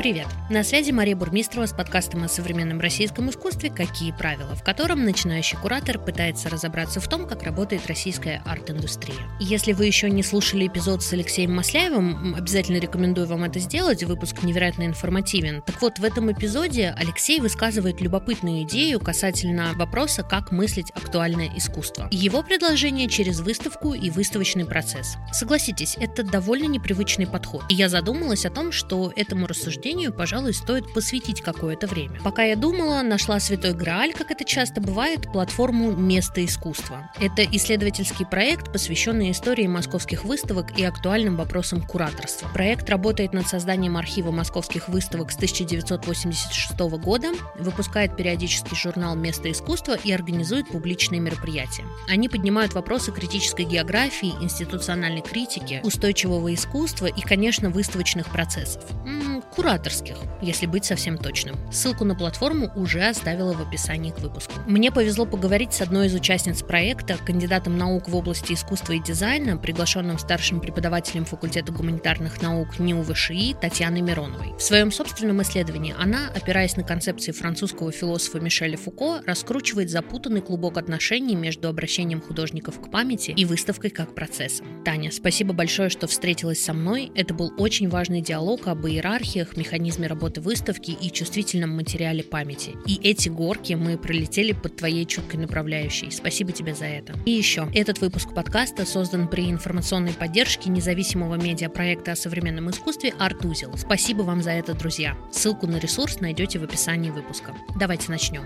Привет! На связи Мария Бурмистрова с подкастом о современном российском искусстве «Какие правила?», в котором начинающий куратор пытается разобраться в том, как работает российская арт-индустрия. Если вы еще не слушали эпизод с Алексеем Масляевым, обязательно рекомендую вам это сделать, выпуск невероятно информативен. Так вот, в этом эпизоде Алексей высказывает любопытную идею касательно вопроса, как мыслить актуальное искусство. Его предложение через выставку и выставочный процесс. Согласитесь, это довольно непривычный подход. И я задумалась о том, что этому рассуждению, пожалуй, стоит посвятить какое-то время. Пока я думала, нашла святой Грааль, как это часто бывает, платформу «Место искусства». Это исследовательский проект, посвященный истории московских выставок и актуальным вопросам кураторства. Проект работает над созданием архива московских выставок с 1986 года, выпускает периодический журнал «Место искусства» и организует публичные мероприятия. Они поднимают вопросы критической географии, институциональной критики, устойчивого искусства и, конечно, выставочных процессов. Кураторских, если быть совсем точным. Ссылку на платформу уже оставила в описании к выпуску. Мне повезло поговорить с одной из участниц проекта, кандидатом наук в области искусства и дизайна, приглашенным старшим преподавателем факультета гуманитарных наук НИУ ВШИ Татьяной Мироновой. В своем собственном исследовании она, опираясь на концепции французского философа Мишеля Фуко, раскручивает запутанный клубок отношений между обращением художников к памяти и выставкой как процессом. Таня, спасибо большое, что встретилась со мной. Это был очень важный диалог об иерархиях, механизме работы выставки и чувствительном материале памяти. И эти горки мы пролетели под твоей чуткой направляющей. Спасибо тебе за это. И еще, этот выпуск подкаста создан при информационной поддержке независимого медиапроекта о современном искусстве «Артузел». Спасибо вам за это, друзья. Ссылку на ресурс найдете в описании выпуска. Давайте начнем.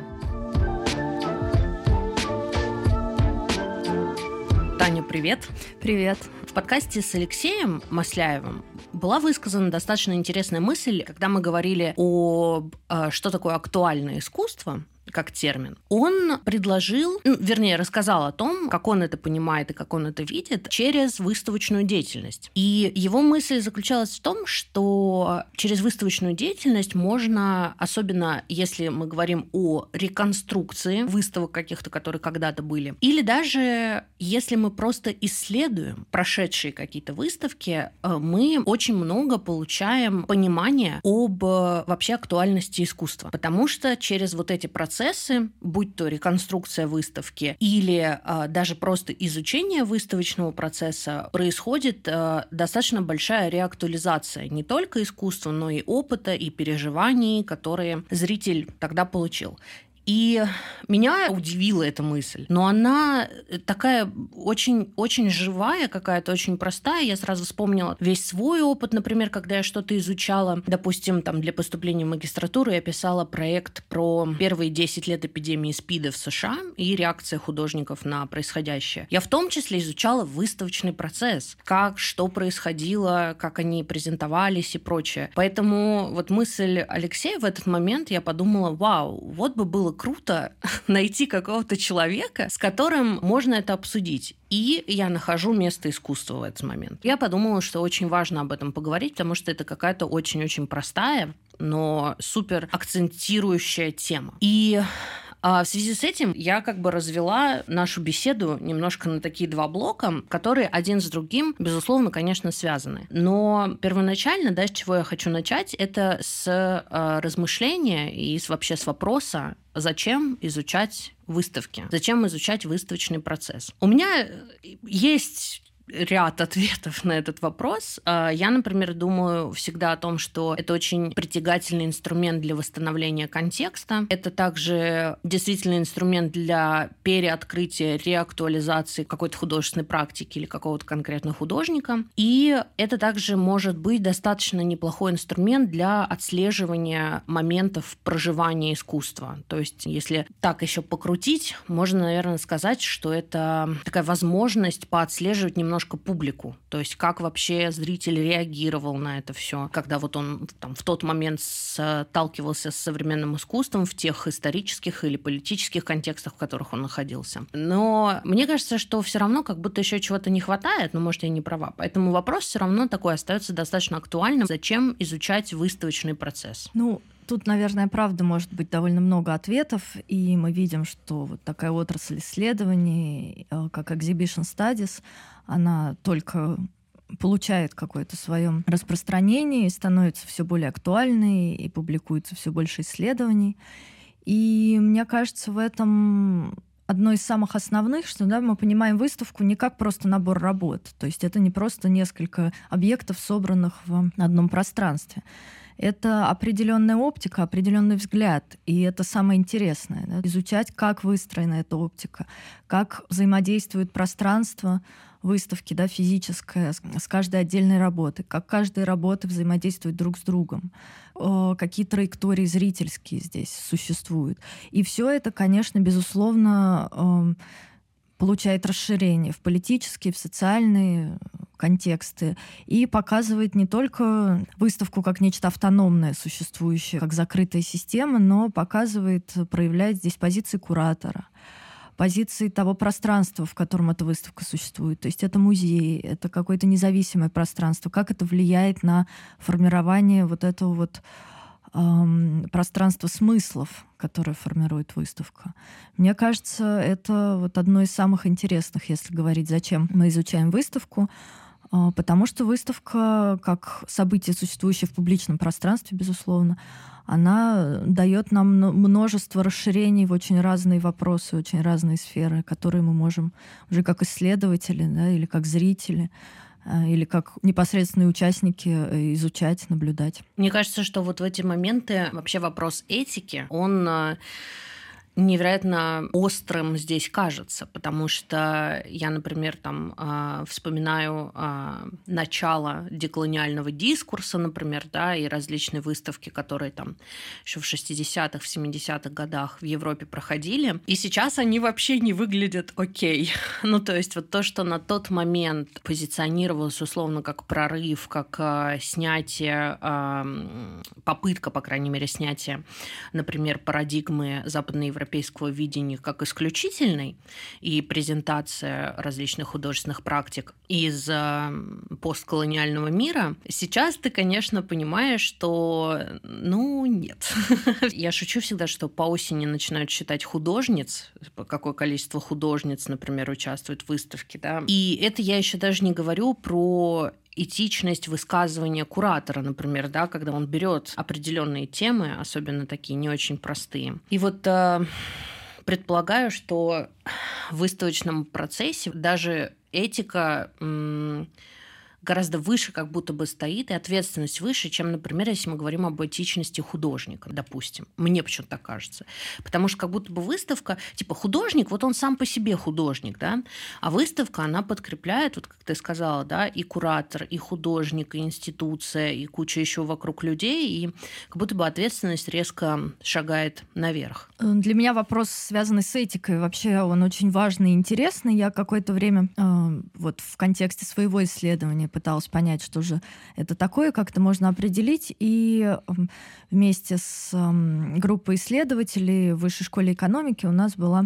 Таня, привет. Привет. В подкасте с Алексеем Масляевым была высказана достаточно интересная мысль, когда мы говорили о что такое актуальное искусство, как термин. Он предложил, рассказал о том, как он это понимает и как он это видит через выставочную деятельность. И его мысль заключалась в том, что через выставочную деятельность можно, особенно если мы говорим о реконструкции выставок каких-то, которые когда-то были, или даже если мы просто исследуем прошедшие какие-то выставки, мы очень много получаем понимания об вообще актуальности искусства. Потому что через вот эти процессы, будь то реконструкция выставки или даже просто изучение выставочного процесса, происходит достаточно большая реактуализация не только искусства, но и опыта, и переживаний, которые зритель тогда получил. И меня удивила эта мысль. Но она такая очень живая какая-то, очень простая. Я сразу вспомнила весь свой опыт, например, когда я что-то изучала. Допустим, для поступления в магистратуру я писала проект про первые 10 лет эпидемии СПИДа в США и реакция художников на происходящее. Я в том числе изучала выставочный процесс, что происходило, как они презентовались и прочее. Поэтому вот мысль Алексея в этот момент, я подумала, вау, вот бы было круто найти какого-то человека, с которым можно это обсудить. И я нахожу место искусства в этот момент. Я подумала, что очень важно об этом поговорить, потому что это какая-то очень-очень простая, но супер акцентирующая тема. И в связи с этим я развела нашу беседу немножко на такие два блока, которые один с другим, безусловно, конечно, связаны. Но первоначально, с чего я хочу начать, это с размышления и вообще с вопроса, зачем изучать выставки, зачем изучать выставочный процесс. У меня есть ряд ответов на этот вопрос. Я, например, думаю всегда о том, что это очень притягательный инструмент для восстановления контекста. Это также действительно инструмент для переоткрытия, реактуализации какой-то художественной практики или какого-то конкретного художника. И это также может быть достаточно неплохой инструмент для отслеживания моментов проживания искусства. То есть, если так еще покрутить, можно, наверное, сказать, что это такая возможность поотслеживать немножко публику, то есть как вообще зритель реагировал на это все, когда вот он в тот момент сталкивался с современным искусством в тех исторических или политических контекстах, в которых он находился. Но мне кажется, что все равно как будто еще чего-то не хватает, но, может, я не права. Поэтому вопрос все равно такой остается достаточно актуальным. Зачем изучать выставочный процесс? Тут, наверное, правда может быть довольно много ответов, и мы видим, что вот такая отрасль исследований, как Exhibition Studies, она только получает какое-то свое распространение и становится все более актуальной, и публикуется все больше исследований. И мне кажется, в этом одно из самых основных, что мы понимаем выставку не как просто набор работ. То есть это не просто несколько объектов, собранных в одном пространстве. Это определенная оптика, определенный взгляд. И это самое интересное. Изучать, как выстроена эта оптика, как взаимодействует пространство выставки, физическое, с каждой отдельной работой, как каждая работа взаимодействует друг с другом, какие траектории зрительские здесь существуют. И все это, конечно, безусловно, получает расширение в политические, в социальные контексты и показывает не только выставку как нечто автономное, существующее, как закрытая система, но показывает, проявляет здесь позиции куратора, позиции того пространства, в котором эта выставка существует. То есть это музей, это какое-то независимое пространство, как это влияет на формирование вот этого пространства смыслов, которое формирует выставка. Мне кажется, это одно из самых интересных, если говорить, зачем мы изучаем выставку, потому что выставка, как событие, существующее в публичном пространстве, безусловно, она дает нам множество расширений в очень разные вопросы, очень разные сферы, которые мы можем уже как исследователи, или как зрители, или как непосредственные участники изучать, наблюдать. Мне кажется, что в эти моменты вообще вопрос этики, он невероятно острым здесь кажется, потому что я, например, вспоминаю начало деколониального дискурса, например, и различные выставки, которые еще в 60-х, в 70-х годах в Европе проходили, и сейчас они вообще не выглядят окей. То есть то, что на тот момент позиционировалось условно как прорыв, как снятие, попытка, по крайней мере, снятия, например, парадигмы западноевропейского видения как исключительной и презентация различных художественных практик из постколониального мира, сейчас ты, конечно, понимаешь, что, нет. Я шучу всегда, что по осени начинают считать художниц, какое количество художниц, например, участвует в выставке, И это я еще даже не говорю про этичность высказывания куратора, например, когда он берет определенные темы, особенно такие не очень простые. И предполагаю, что в выставочном процессе даже этика гораздо выше как будто бы стоит, и ответственность выше, чем, например, если мы говорим об этичности художника, допустим. Мне почему-то так кажется. Потому что как будто бы выставка, художник, он сам по себе художник, а выставка, она подкрепляет, как ты сказала, и куратор, и художник, и институция, и куча еще вокруг людей, и как будто бы ответственность резко шагает наверх. Для меня вопрос, связанный с этикой, вообще он очень важный и интересный. Я какое-то время в контексте своего исследования пыталась понять, что же это такое, как это можно определить. И вместе с группой исследователей в Высшей школе экономики у нас была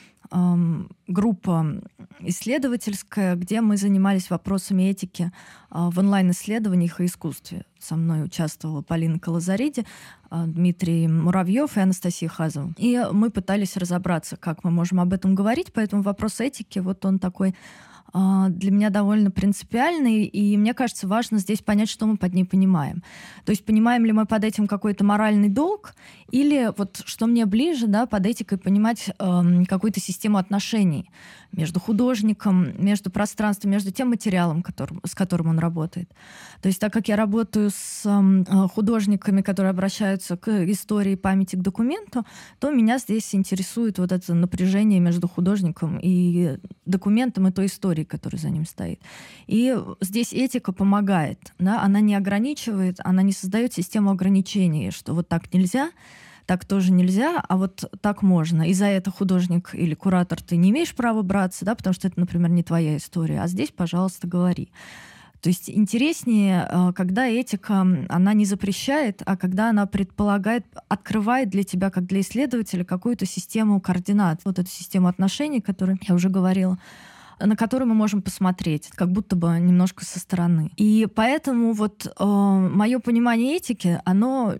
группа исследовательская, где мы занимались вопросами этики в онлайн-исследованиях и искусстве. Со мной участвовала Полина Колозариди, Дмитрий Муравьев и Анастасия Хазова. И мы пытались разобраться, как мы можем об этом говорить, поэтому вопрос этики, он такой для меня довольно принципиальный, и мне кажется, важно здесь понять, что мы под ней понимаем. То есть понимаем ли мы под этим какой-то моральный долг, или что мне ближе, под этикой понимать какую-то систему отношений между художником, между пространством, между тем материалом, с которым он работает. То есть так как я работаю с художниками, которые обращаются к истории, памяти, к документу, то меня здесь интересует это напряжение между художником и документом, и той историей, которая за ним стоит. И здесь этика помогает. Она не ограничивает, она не создает систему ограничений, что так нельзя, так тоже нельзя, а так можно. И за это художник или куратор ты не имеешь права браться, потому что это, например, не твоя история. А здесь, пожалуйста, говори. То есть интереснее, когда этика, она не запрещает, а когда она предполагает, открывает для тебя, как для исследователя, какую-то систему координат. Эту систему отношений, о которой я уже говорила, на который мы можем посмотреть, как будто бы немножко со стороны. И поэтому вот мое понимание этики, оно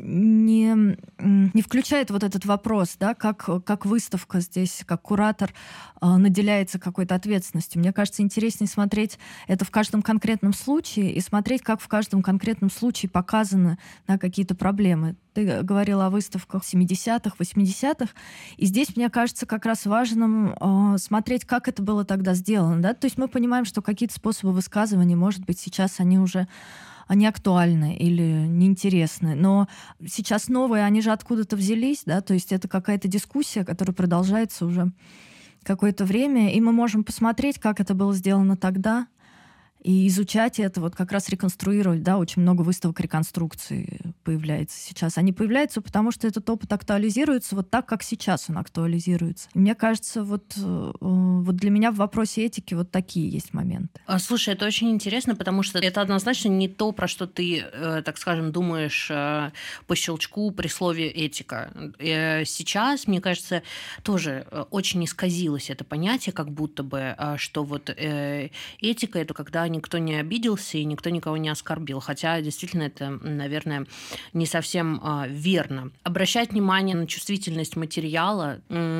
не включает вот этот вопрос, да, как выставка здесь, как куратор наделяется какой-то ответственностью. Мне кажется, интереснее смотреть это в каждом конкретном случае и смотреть, как в каждом конкретном случае показаны, да, какие-то проблемы. Ты говорила о выставках 70-х, 80-х, и здесь, мне кажется, как раз важным смотреть, как это было тогда сделано. Да? То есть мы понимаем, что какие-то способы высказывания, может быть, сейчас они уже не актуальны или неинтересны, но сейчас новые, они же откуда-то взялись, да? То есть это какая-то дискуссия, которая продолжается уже какое-то время, и мы можем посмотреть, как это было сделано тогда, и изучать это, вот как раз реконструировать, да, очень много выставок реконструкции появляется сейчас. Они появляются, потому что этот опыт актуализируется вот так, как сейчас он актуализируется. И мне кажется, вот для меня в вопросе этики вот такие есть моменты. Слушай, это очень интересно, потому что это однозначно не то, про что ты, так скажем, думаешь по щелчку при слове «этика». Сейчас, мне кажется, тоже очень исказилось это понятие, как будто бы, что вот этика — это когда никто не обиделся и никто никого не оскорбил. Хотя действительно это, наверное, не совсем верно. Обращать внимание на чувствительность материала,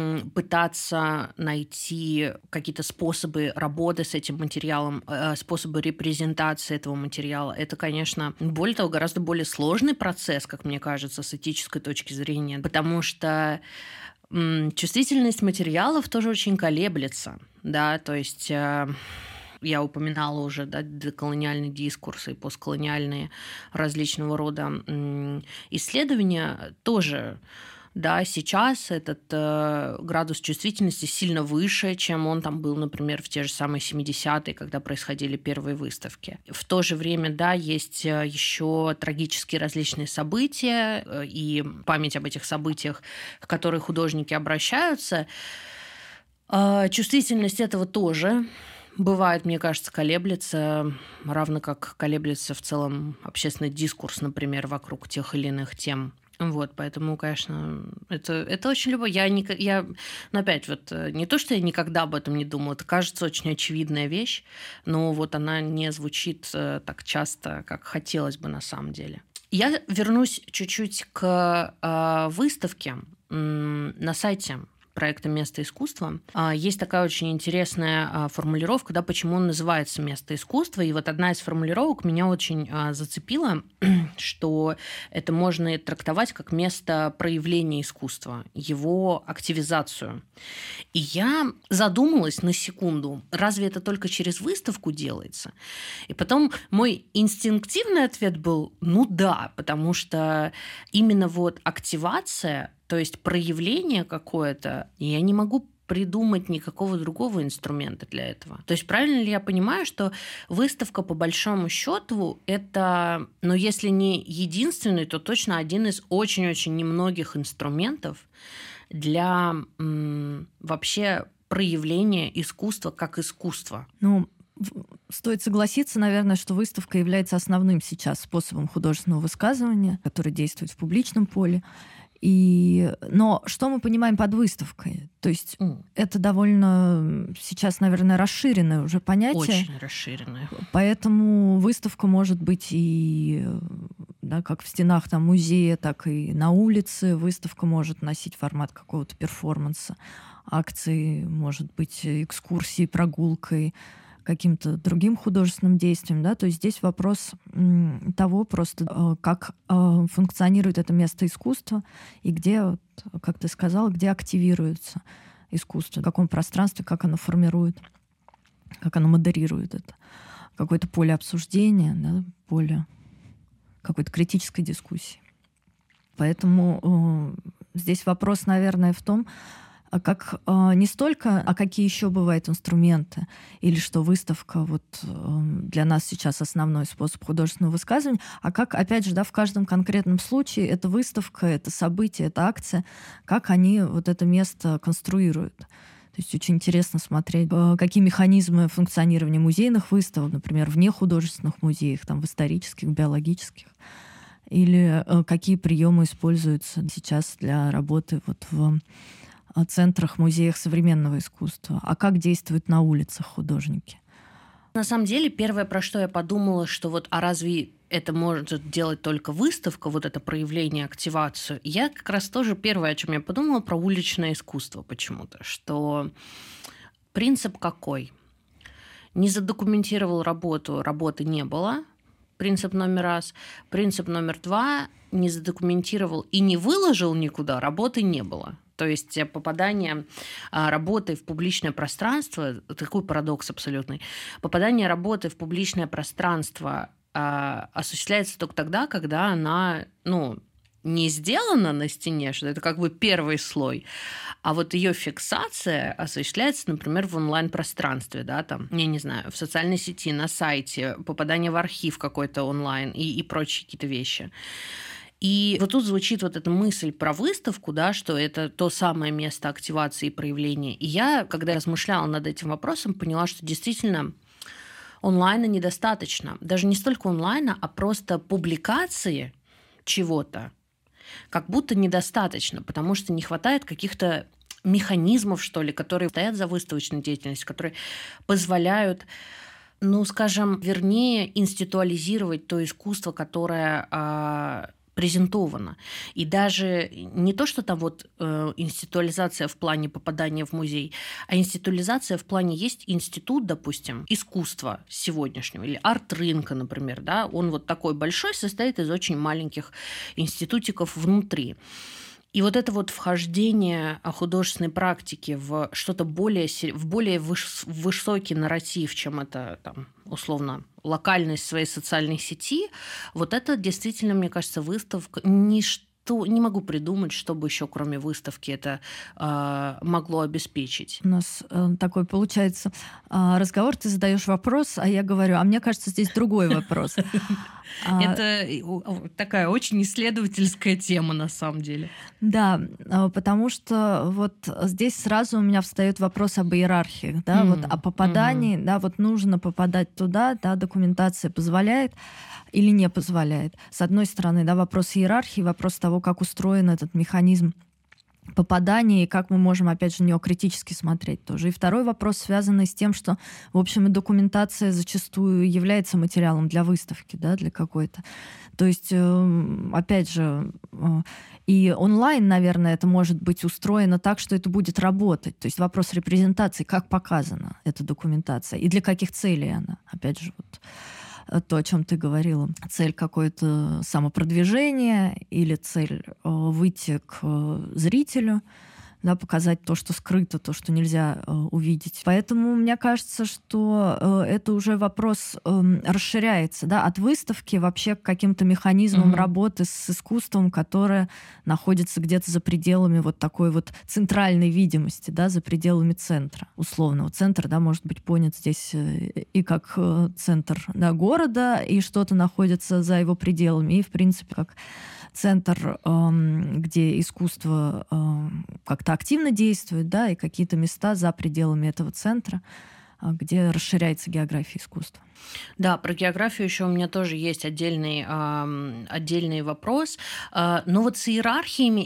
пытаться найти какие-то способы работы с этим материалом, способы репрезентации этого материала, это, конечно, более того, гораздо более сложный процесс, как мне кажется, с этической точки зрения, потому что чувствительность материалов тоже очень колеблется, да, то есть я упоминала уже, да, деколониальный дискурс и постколониальные различного рода исследования тоже. Да, сейчас этот градус чувствительности сильно выше, чем он там был, например, в те же самые 70-е, когда происходили первые выставки. В то же время, да, есть еще трагические различные события и память об этих событиях, к которым художники обращаются. Чувствительность этого тоже бывает, мне кажется, колеблется, равно как колеблется в целом общественный дискурс, например, вокруг тех или иных тем. Вот, поэтому, конечно, это очень любопытно. Но опять, вот не то, что я никогда об этом не думала, это кажется очень очевидная вещь, но вот она не звучит так часто, как хотелось бы на самом деле. Я вернусь чуть-чуть к выставке на сайте проекта «Место искусства». Есть такая очень интересная формулировка, да, почему он называется «Место искусства». И вот одна из формулировок меня очень зацепила, что это можно трактовать как место проявления искусства, его активизацию. И я задумалась на секунду, разве это только через выставку делается? И потом мой инстинктивный ответ был «ну да», потому что именно вот активация, то есть проявление какое-то, я не могу придумать никакого другого инструмента для этого. То есть правильно ли я понимаю, что выставка по большому счету это, ну если не единственный, то точно один из очень-очень немногих инструментов для вообще проявления искусства как искусства? Ну, стоит согласиться, наверное, что выставка является основным сейчас способом художественного высказывания, который действует в публичном поле. Но что мы понимаем под выставкой? То есть это довольно сейчас, наверное, расширенное уже понятие. Очень расширенное. Поэтому выставка может быть и, да, как в стенах там, музея, так и на улице. Выставка может носить формат какого-то перформанса, акции, может быть, экскурсией, прогулкой, каким-то другим художественным действием, да, то есть здесь вопрос того просто, как функционирует это место искусства и где, как ты сказала, где активируется искусство, в каком пространстве, как оно формирует, как оно модерирует это. Какое-то поле обсуждения, да, поле какой-то критической дискуссии. Поэтому здесь вопрос, наверное, в том, как не столько, а какие еще бывают инструменты, или что выставка вот для нас сейчас основной способ художественного высказывания, а как, опять же, да, в каждом конкретном случае эта выставка, это событие, эта акция, как они вот это место конструируют. То есть очень интересно смотреть, какие механизмы функционирования музейных выставок, например, в нехудожественных музеях, там, в исторических, биологических, или какие приемы используются сейчас для работы вот в центрах, музеях современного искусства. А как действуют на улицах художники? На самом деле, первое, про что я подумала, что вот, а разве это может делать только выставка, вот это проявление, активацию? Я как раз тоже первое, о чем я подумала, про уличное искусство почему-то, что принцип какой? Не задокументировал работу, работы не было. Принцип номер раз. Принцип номер два. Не задокументировал и не выложил никуда, работы не было. То есть попадание работы в публичное пространство, такой парадокс абсолютный, попадание работы в публичное пространство осуществляется только тогда, когда она, не сделана на стене, что это как бы первый слой, а вот ее фиксация осуществляется, например, в онлайн-пространстве, да, там, я не знаю, в социальной сети, на сайте, попадание в архив какой-то онлайн и прочие какие-то вещи. И вот тут звучит вот эта мысль про выставку, да, что это то самое место активации и проявления. И я, когда размышляла над этим вопросом, поняла, что действительно онлайна недостаточно. Даже не столько онлайна, а просто публикации чего-то как будто недостаточно, потому что не хватает каких-то механизмов, что ли, которые стоят за выставочной деятельностью, которые позволяют, вернее, институализировать то искусство, которое презентовано. И даже не то, что там вот институализация в плане попадания в музей, а институализация в плане есть институт, допустим, искусства сегодняшнего, или арт-рынка, например, да, он вот такой большой, состоит из очень маленьких институтиков внутри. И вот это вот вхождение художественной практики в что-то в более высокий нарратив, чем это, там, условно, локальность своей социальной сети, вот это действительно, мне кажется, выставка не могу придумать, чтобы еще кроме выставки это могло обеспечить. У нас такой получается разговор, ты задаешь вопрос, а я говорю, а мне кажется, здесь другой вопрос. Это такая очень исследовательская тема на самом деле. Да, потому что вот здесь сразу у меня встает вопрос об иерархии, да, вот о попадании, да, вот нужно попадать туда, да, документация позволяет или не позволяет. С одной стороны, да, вопрос иерархии, вопрос того, как устроен этот механизм попадания и как мы можем, опять же, на него критически смотреть тоже. И второй вопрос, связанный с тем, что, в общем, и документация зачастую является материалом для выставки, да, для какой-то. То есть, опять же, и онлайн, наверное, это может быть устроено так, что это будет работать. То есть вопрос репрезентации, как показана эта документация и для каких целей она. Опять же, вот то, о чем ты говорила. Цель какое-то самопродвижение или цель выйти к зрителю, да, показать то, что скрыто, то, что нельзя увидеть. Поэтому мне кажется, что это уже вопрос расширяется, да, от выставки вообще к каким-то механизмам работы с искусством, которое находится где-то за пределами вот такой вот центральной видимости, да, за пределами центра, условного центра, да, может быть понят здесь и как центр, да, города, и что-то находится за его пределами, и, в принципе, как центр, где искусство как-то активно действует, да, и какие-то места за пределами этого центра, где расширяется география искусства. Да, про географию еще у меня тоже есть отдельный вопрос. Но вот с иерархиями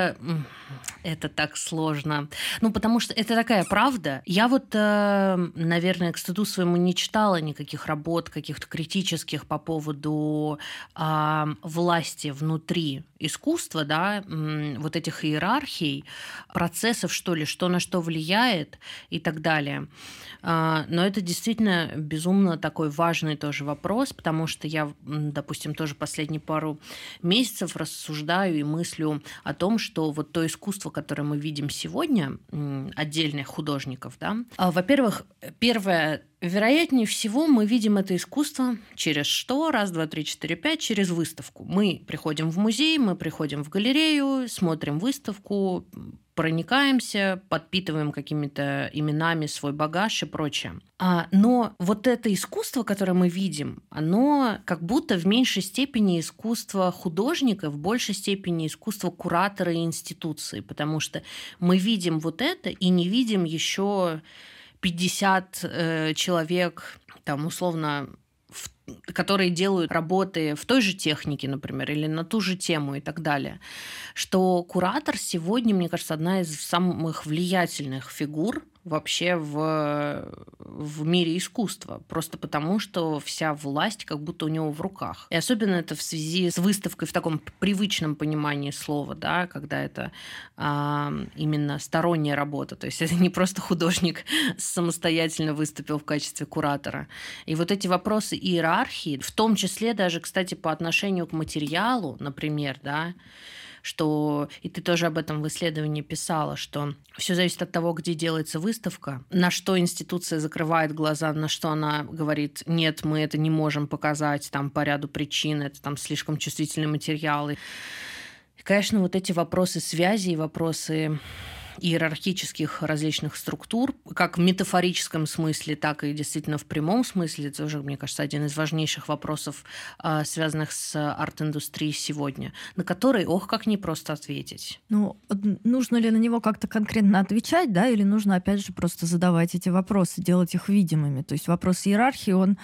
это так сложно. Потому что это такая правда. Я вот, наверное, к стыду своему не читала никаких работ каких-то критических по поводу власти внутри искусства, да, вот этих иерархий, процессов, что ли, что на что влияет и так далее. Но это действительно безумно такой важный тоже вопрос, потому что я, допустим, тоже последние пару месяцев рассуждаю и мыслю о том, что вот то искусство, которое мы видим сегодня, отдельных художников, да, во-первых, первое, вероятнее всего, мы видим это искусство через что? Раз, два, три, четыре, пять, через выставку. Мы приходим в музей, мы приходим в галерею, смотрим выставку, проникаемся, подпитываем какими-то именами свой багаж и прочее. Но вот это искусство, которое мы видим, оно как будто в меньшей степени искусство художника, в большей степени искусство куратора и институции, потому что мы видим вот это и не видим еще 50 человек, там, условно, в которые делают работы в той же технике, например, или на ту же тему и так далее, что куратор сегодня, мне кажется, одна из самых влиятельных фигур вообще в мире искусства. Просто потому, что вся власть как будто у него в руках. И особенно это в связи с выставкой в таком привычном понимании слова, да, когда это именно сторонняя работа. То есть это не просто художник самостоятельно выступил в качестве куратора. И вот эти вопросы иерархии, в том числе даже, кстати, по отношению к материалу, например, да, что, и ты тоже об этом в исследовании писала, что все зависит от того, где делается выставка, на что институция закрывает глаза, на что она говорит, нет, мы это не можем показать там, по ряду причин, это там слишком чувствительные материалы. И, конечно, вот эти вопросы связи и вопросы иерархических различных структур, как в метафорическом смысле, так и действительно в прямом смысле, это уже, мне кажется, один из важнейших вопросов, связанных с арт-индустрией сегодня, на который, как непросто ответить. Ну, нужно ли на него как-то конкретно отвечать, да, или нужно, опять же, просто задавать эти вопросы, делать их видимыми? То есть вопрос иерархии, он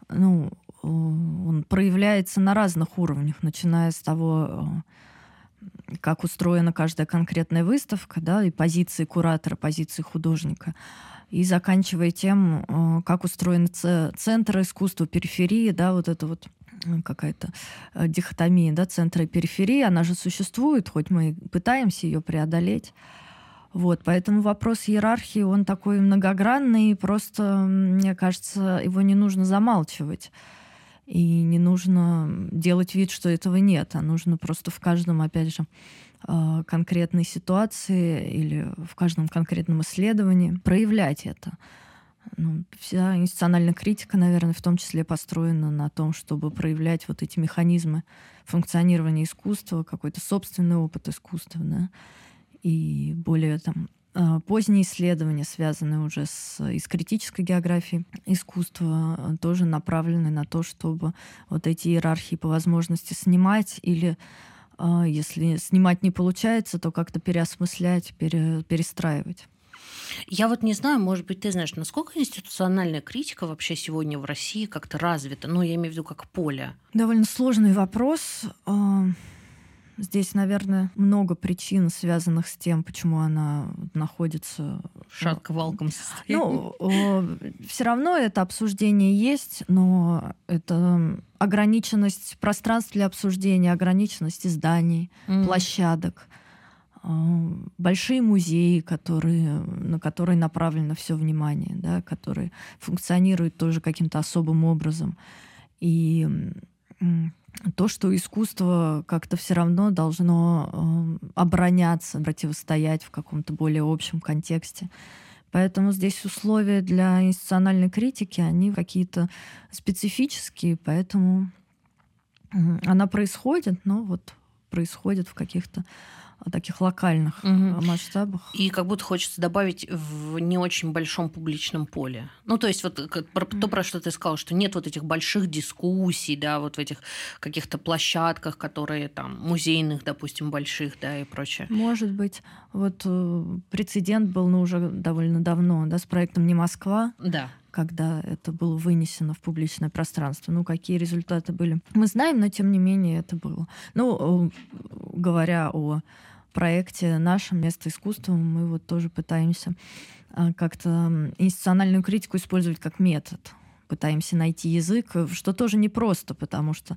проявляется на разных уровнях, начиная с того, как устроена каждая конкретная выставка, да, и позиции куратора, позиции художника, и заканчивая тем, как устроены центры искусства, периферии, да, вот это вот какая-то дихотомия, да, центра и периферии, она же существует, хоть мы и пытаемся ее преодолеть. Вот, поэтому вопрос иерархии, он такой многогранный, просто, мне кажется, его не нужно замалчивать. И не нужно делать вид, что этого нет, а нужно просто в каждом, опять же, конкретной ситуации или в каждом конкретном исследовании проявлять это. Вся институциональная критика, наверное, в том числе построена на том, чтобы проявлять вот эти механизмы функционирования искусства, какой-то собственный опыт искусства, да, и более поздние исследования, связанные уже из критической географии искусства, тоже направлены на то, чтобы вот эти иерархии по возможности снимать или, если снимать не получается, то как-то переосмыслять, перестраивать. Я вот не знаю, может быть, ты знаешь, насколько институциональная критика вообще сегодня в России как-то развита? Я имею в виду как поле. Довольно сложный вопрос. Здесь, наверное, много причин, связанных с тем, почему она находится в шатко-валком состоянии. Все равно это обсуждение есть, но это ограниченность пространств для обсуждения, ограниченность изданий, площадок, большие музеи, на которые направлено все внимание, да, которые функционируют тоже каким-то особым образом. И то, что искусство как-то все равно должно обороняться, противостоять в каком-то более общем контексте. Поэтому здесь условия для институциональной критики, они какие-то специфические, поэтому она происходит, но вот происходит в каких-то таких локальных масштабах. И как будто хочется добавить в не очень большом публичном поле. То есть вот то, про что ты сказал, что нет вот этих больших дискуссий, да, вот в этих каких-то площадках, которые там музейных, допустим, больших, да, и прочее. Может быть. Вот прецедент был, уже довольно давно, да, с проектом «Не Москва». Да. Когда это было вынесено в публичное пространство. Какие результаты были, мы знаем, но тем не менее это было. Говоря о проекте «Наше место искусства», мы вот тоже пытаемся как-то институциональную критику использовать как метод. Пытаемся найти язык, что тоже непросто, потому что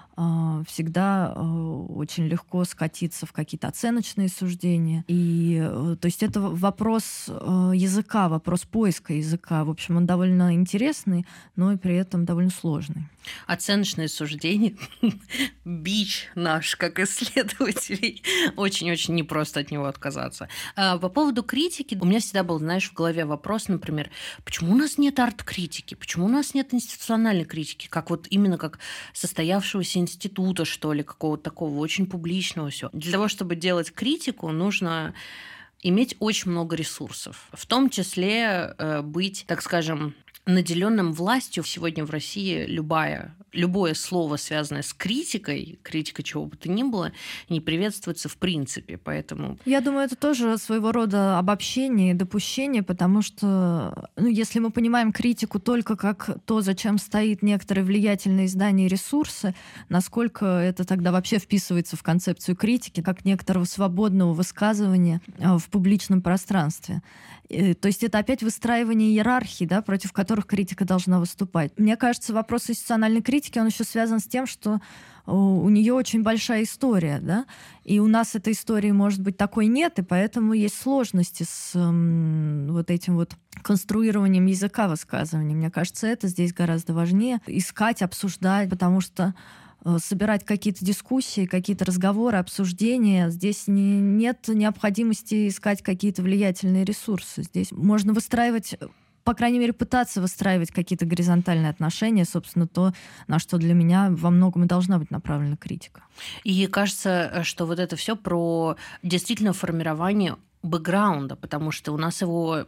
всегда очень легко скатиться в какие-то оценочные суждения. И, то есть это вопрос языка, вопрос поиска языка. В общем, он довольно интересный, но и при этом довольно сложный. Оценочные суждения – бич наш, как исследователей. Очень-очень непросто от него отказаться. По поводу критики, у меня всегда был, в голове вопрос, например, почему у нас нет арт-критики, почему у нас нет институциональной критики, как вот именно как состоявшегося института, что ли, какого-то такого очень публичного всего. Для того, чтобы делать критику, нужно иметь очень много ресурсов, в том числе быть, так скажем, наделенным властью. Сегодня в России любая любое слово, связанное с критикой чего бы то ни было, не приветствуется в принципе. Поэтому... Я думаю, это тоже своего рода обобщение и допущение, потому что, если мы понимаем критику только как то, зачем стоит некоторые влиятельные издания и ресурсы, насколько это тогда вообще вписывается в концепцию критики, как некоторого свободного высказывания в публичном пространстве. То есть это опять выстраивание иерархий, да, против которых критика должна выступать. Мне кажется, вопрос институциональной критики, он еще связан с тем, что у нее очень большая история, да, и у нас этой истории, может быть, такой нет, и поэтому есть сложности с вот этим вот конструированием языка высказывания. Мне кажется, это здесь гораздо важнее искать, обсуждать, потому что собирать какие-то дискуссии, какие-то разговоры, обсуждения. Здесь нет необходимости искать какие-то влиятельные ресурсы. Здесь можно выстраивать, по крайней мере, пытаться выстраивать какие-то горизонтальные отношения, собственно, то, на что для меня во многом и должна быть направлена критика. И кажется, что вот это все про действительно формирование бэкграунда, потому что у нас его,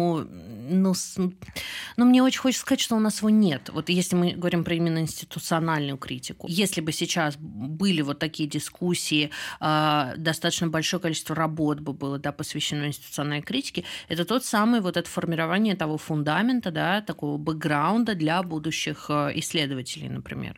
мне очень хочется сказать, что у нас его нет. Вот если мы говорим про именно институциональную критику. Если бы сейчас были вот такие дискуссии, достаточно большое количество работ бы было, да, посвящено институциональной критике, это тот самый вот это формирование того фундамента, да, такого бэкграунда для будущих исследователей, например.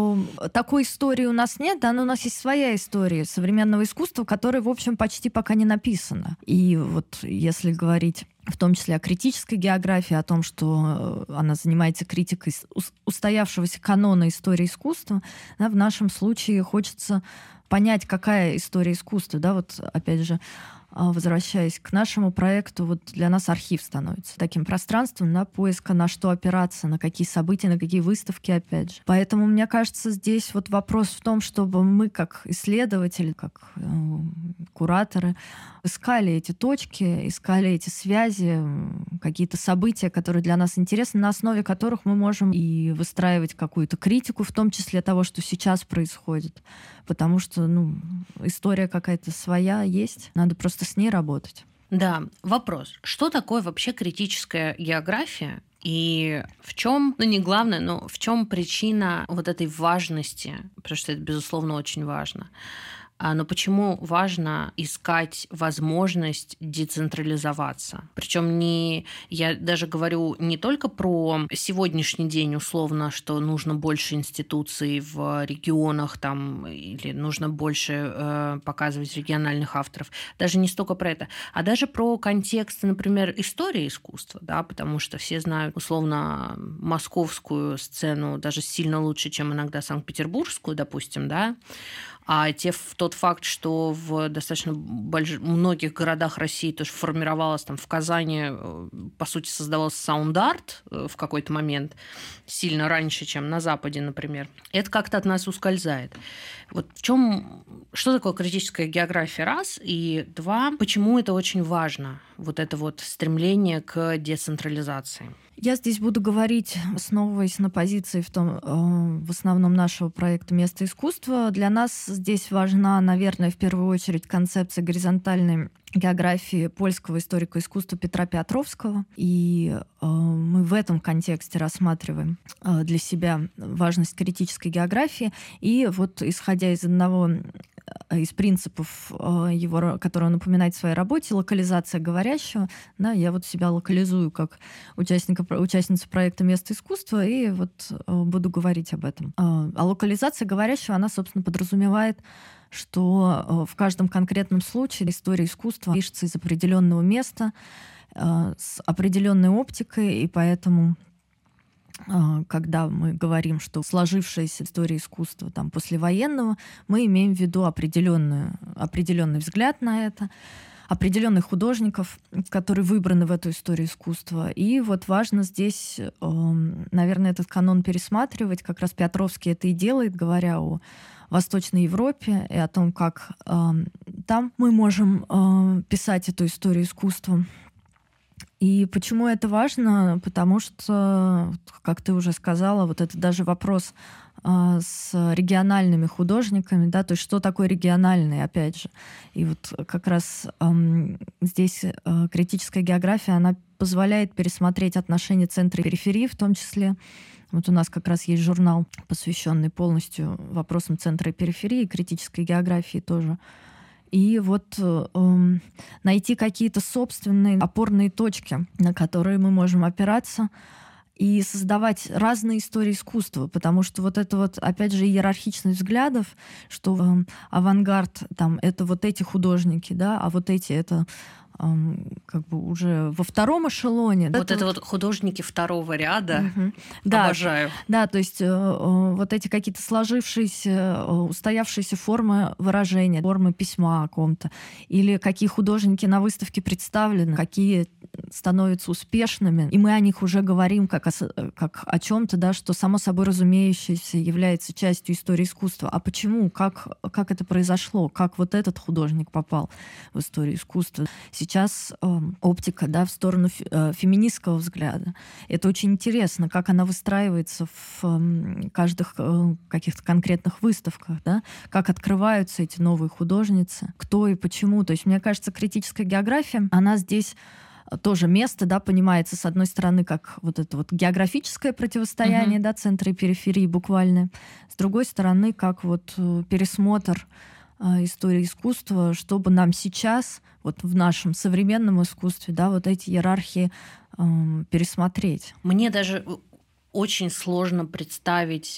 Такой истории у нас нет, да, но у нас есть своя история современного искусства, которая, в общем, почти пока не написана. И вот если говорить в том числе о критической географии, о том, что она занимается критикой устоявшегося канона истории искусства, да, в нашем случае хочется понять, какая история искусства. Да, вот опять же, возвращаясь к нашему проекту, вот для нас архив становится таким пространством, да, поиска, на что опираться, на какие события, на какие выставки, опять же. Поэтому, мне кажется, здесь вот вопрос в том, чтобы мы, как исследователи, как кураторы, искали эти точки, искали эти связи, какие-то события, которые для нас интересны, на основе которых мы можем и выстраивать какую-то критику, в том числе того, что сейчас происходит. Потому что, история какая-то своя есть, надо просто с ней работать. Да, вопрос. Что такое вообще критическая география? И в чем, не главное, но в чем причина вот этой важности? Потому что это, безусловно, очень важно. Но почему важно искать возможность децентрализоваться? Причем я даже говорю не только про сегодняшний день, условно, что нужно больше институций в регионах там, или нужно больше показывать региональных авторов. Даже не столько про это, а даже про контекст, например, истории искусства, да, потому что все знают, условно, московскую сцену даже сильно лучше, чем иногда санкт-петербургскую, допустим, да. А тот факт, что в достаточно многих городах России тоже формировалось, там в Казани, по сути, создавался саунд-арт в какой-то момент, сильно раньше, чем на Западе, например, это как-то от нас ускользает. Вот что такое критическая география, раз, и два, почему это очень важно, вот это вот стремление к децентрализации? Я здесь буду говорить, основываясь на позиции в основном нашего проекта «Место искусства». Для нас здесь важна, наверное, в первую очередь концепция горизонтальной географии польского историка искусства Петра Петровского. И мы в этом контексте рассматриваем для себя важность критической географии. И вот исходя из принципов его, которые он упоминает в своей работе, локализация говорящего, да, я вот себя локализую как участница проекта «Место искусства» и вот буду говорить об этом. А локализация говорящего, она, собственно, подразумевает, что в каждом конкретном случае история искусства пишется из определенного места, с определенной оптикой, и поэтому когда мы говорим, что сложившаяся история искусства там, послевоенного, мы имеем в виду определенный взгляд на это, определенных художников, которые выбраны в эту историю искусства. И вот важно здесь, наверное, этот канон пересматривать. Как раз Петровский это и делает, говоря о Восточной Европе и о том, как там мы можем писать эту историю искусства. И почему это важно? Потому что, как ты уже сказала, вот это даже вопрос с региональными художниками, да, то есть что такое региональный, опять же. И вот как раз здесь критическая география, она позволяет пересмотреть отношения центра и периферии в том числе. Вот у нас как раз есть журнал, посвященный полностью вопросам центра и периферии, критической географии тоже. И вот найти какие-то собственные опорные точки, на которые мы можем опираться, и создавать разные истории искусства, потому что вот это вот, опять же, иерархичность взглядов, что авангард, там, это вот эти художники, да, а вот эти это как бы уже во втором эшелоне. Вот это вот художники второго ряда. Да, обожаю. Да, то есть вот эти какие-то сложившиеся, устоявшиеся формы выражения, формы письма о ком-то, или какие художники на выставке представлены, какие становятся успешными, и мы о них уже говорим как о чем-то, да, что само собой разумеющееся является частью истории искусства. А почему? Как это произошло? Как вот этот художник попал в историю искусства? Сейчас оптика, да, в сторону феминистского взгляда. Это очень интересно, как она выстраивается в каждых каких-то конкретных выставках, да? Как открываются эти новые художницы, кто и почему. То есть, мне кажется, критическая география, она здесь тоже место, да, понимается, с одной стороны, как вот это вот географическое противостояние, да, центра и периферии буквально, с другой стороны, как вот пересмотр истории искусства, чтобы нам сейчас, вот в нашем современном искусстве, да, вот эти иерархии пересмотреть. Мне даже очень сложно представить,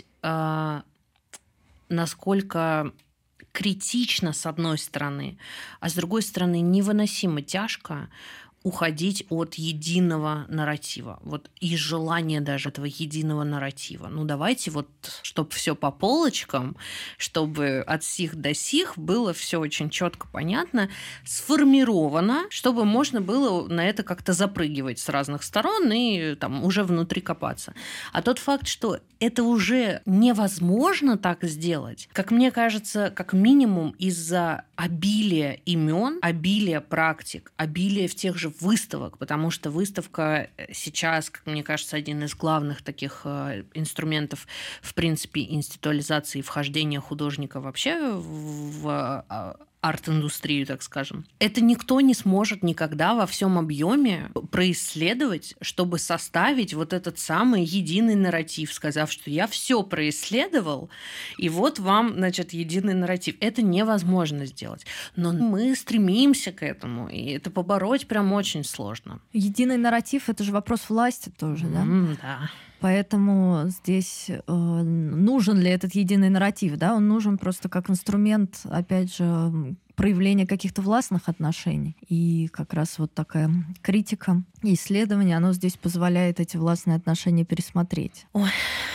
насколько критично, с одной стороны, а с другой стороны, невыносимо тяжко уходить от единого нарратива. Вот и желание даже этого единого нарратива. Ну, давайте вот, чтобы все по полочкам, чтобы от сих до сих было все очень четко понятно, сформировано, чтобы можно было на это как-то запрыгивать с разных сторон и там уже внутри копаться. А тот факт, что это уже невозможно так сделать, как мне кажется, как минимум из-за обилия имен, обилия практик, обилия в тех же выставок, потому что выставка сейчас, как мне кажется, один из главных таких инструментов, в принципе, институализации вхождения художника вообще в арт-индустрию, так скажем. Это никто не сможет никогда во всем объеме происследовать, чтобы составить вот этот самый единый нарратив, сказав, что я все происследовал, и вот вам, значит, единый нарратив. Это невозможно сделать. Но мы стремимся к этому, и это побороть прям очень сложно. Единый нарратив — это же вопрос власти тоже, да? Да. Поэтому здесь нужен ли этот единый нарратив, да? Он нужен просто как инструмент, опять же, проявления каких-то властных отношений. И как раз вот такая критика и исследование, оно здесь позволяет эти властные отношения пересмотреть. Ой.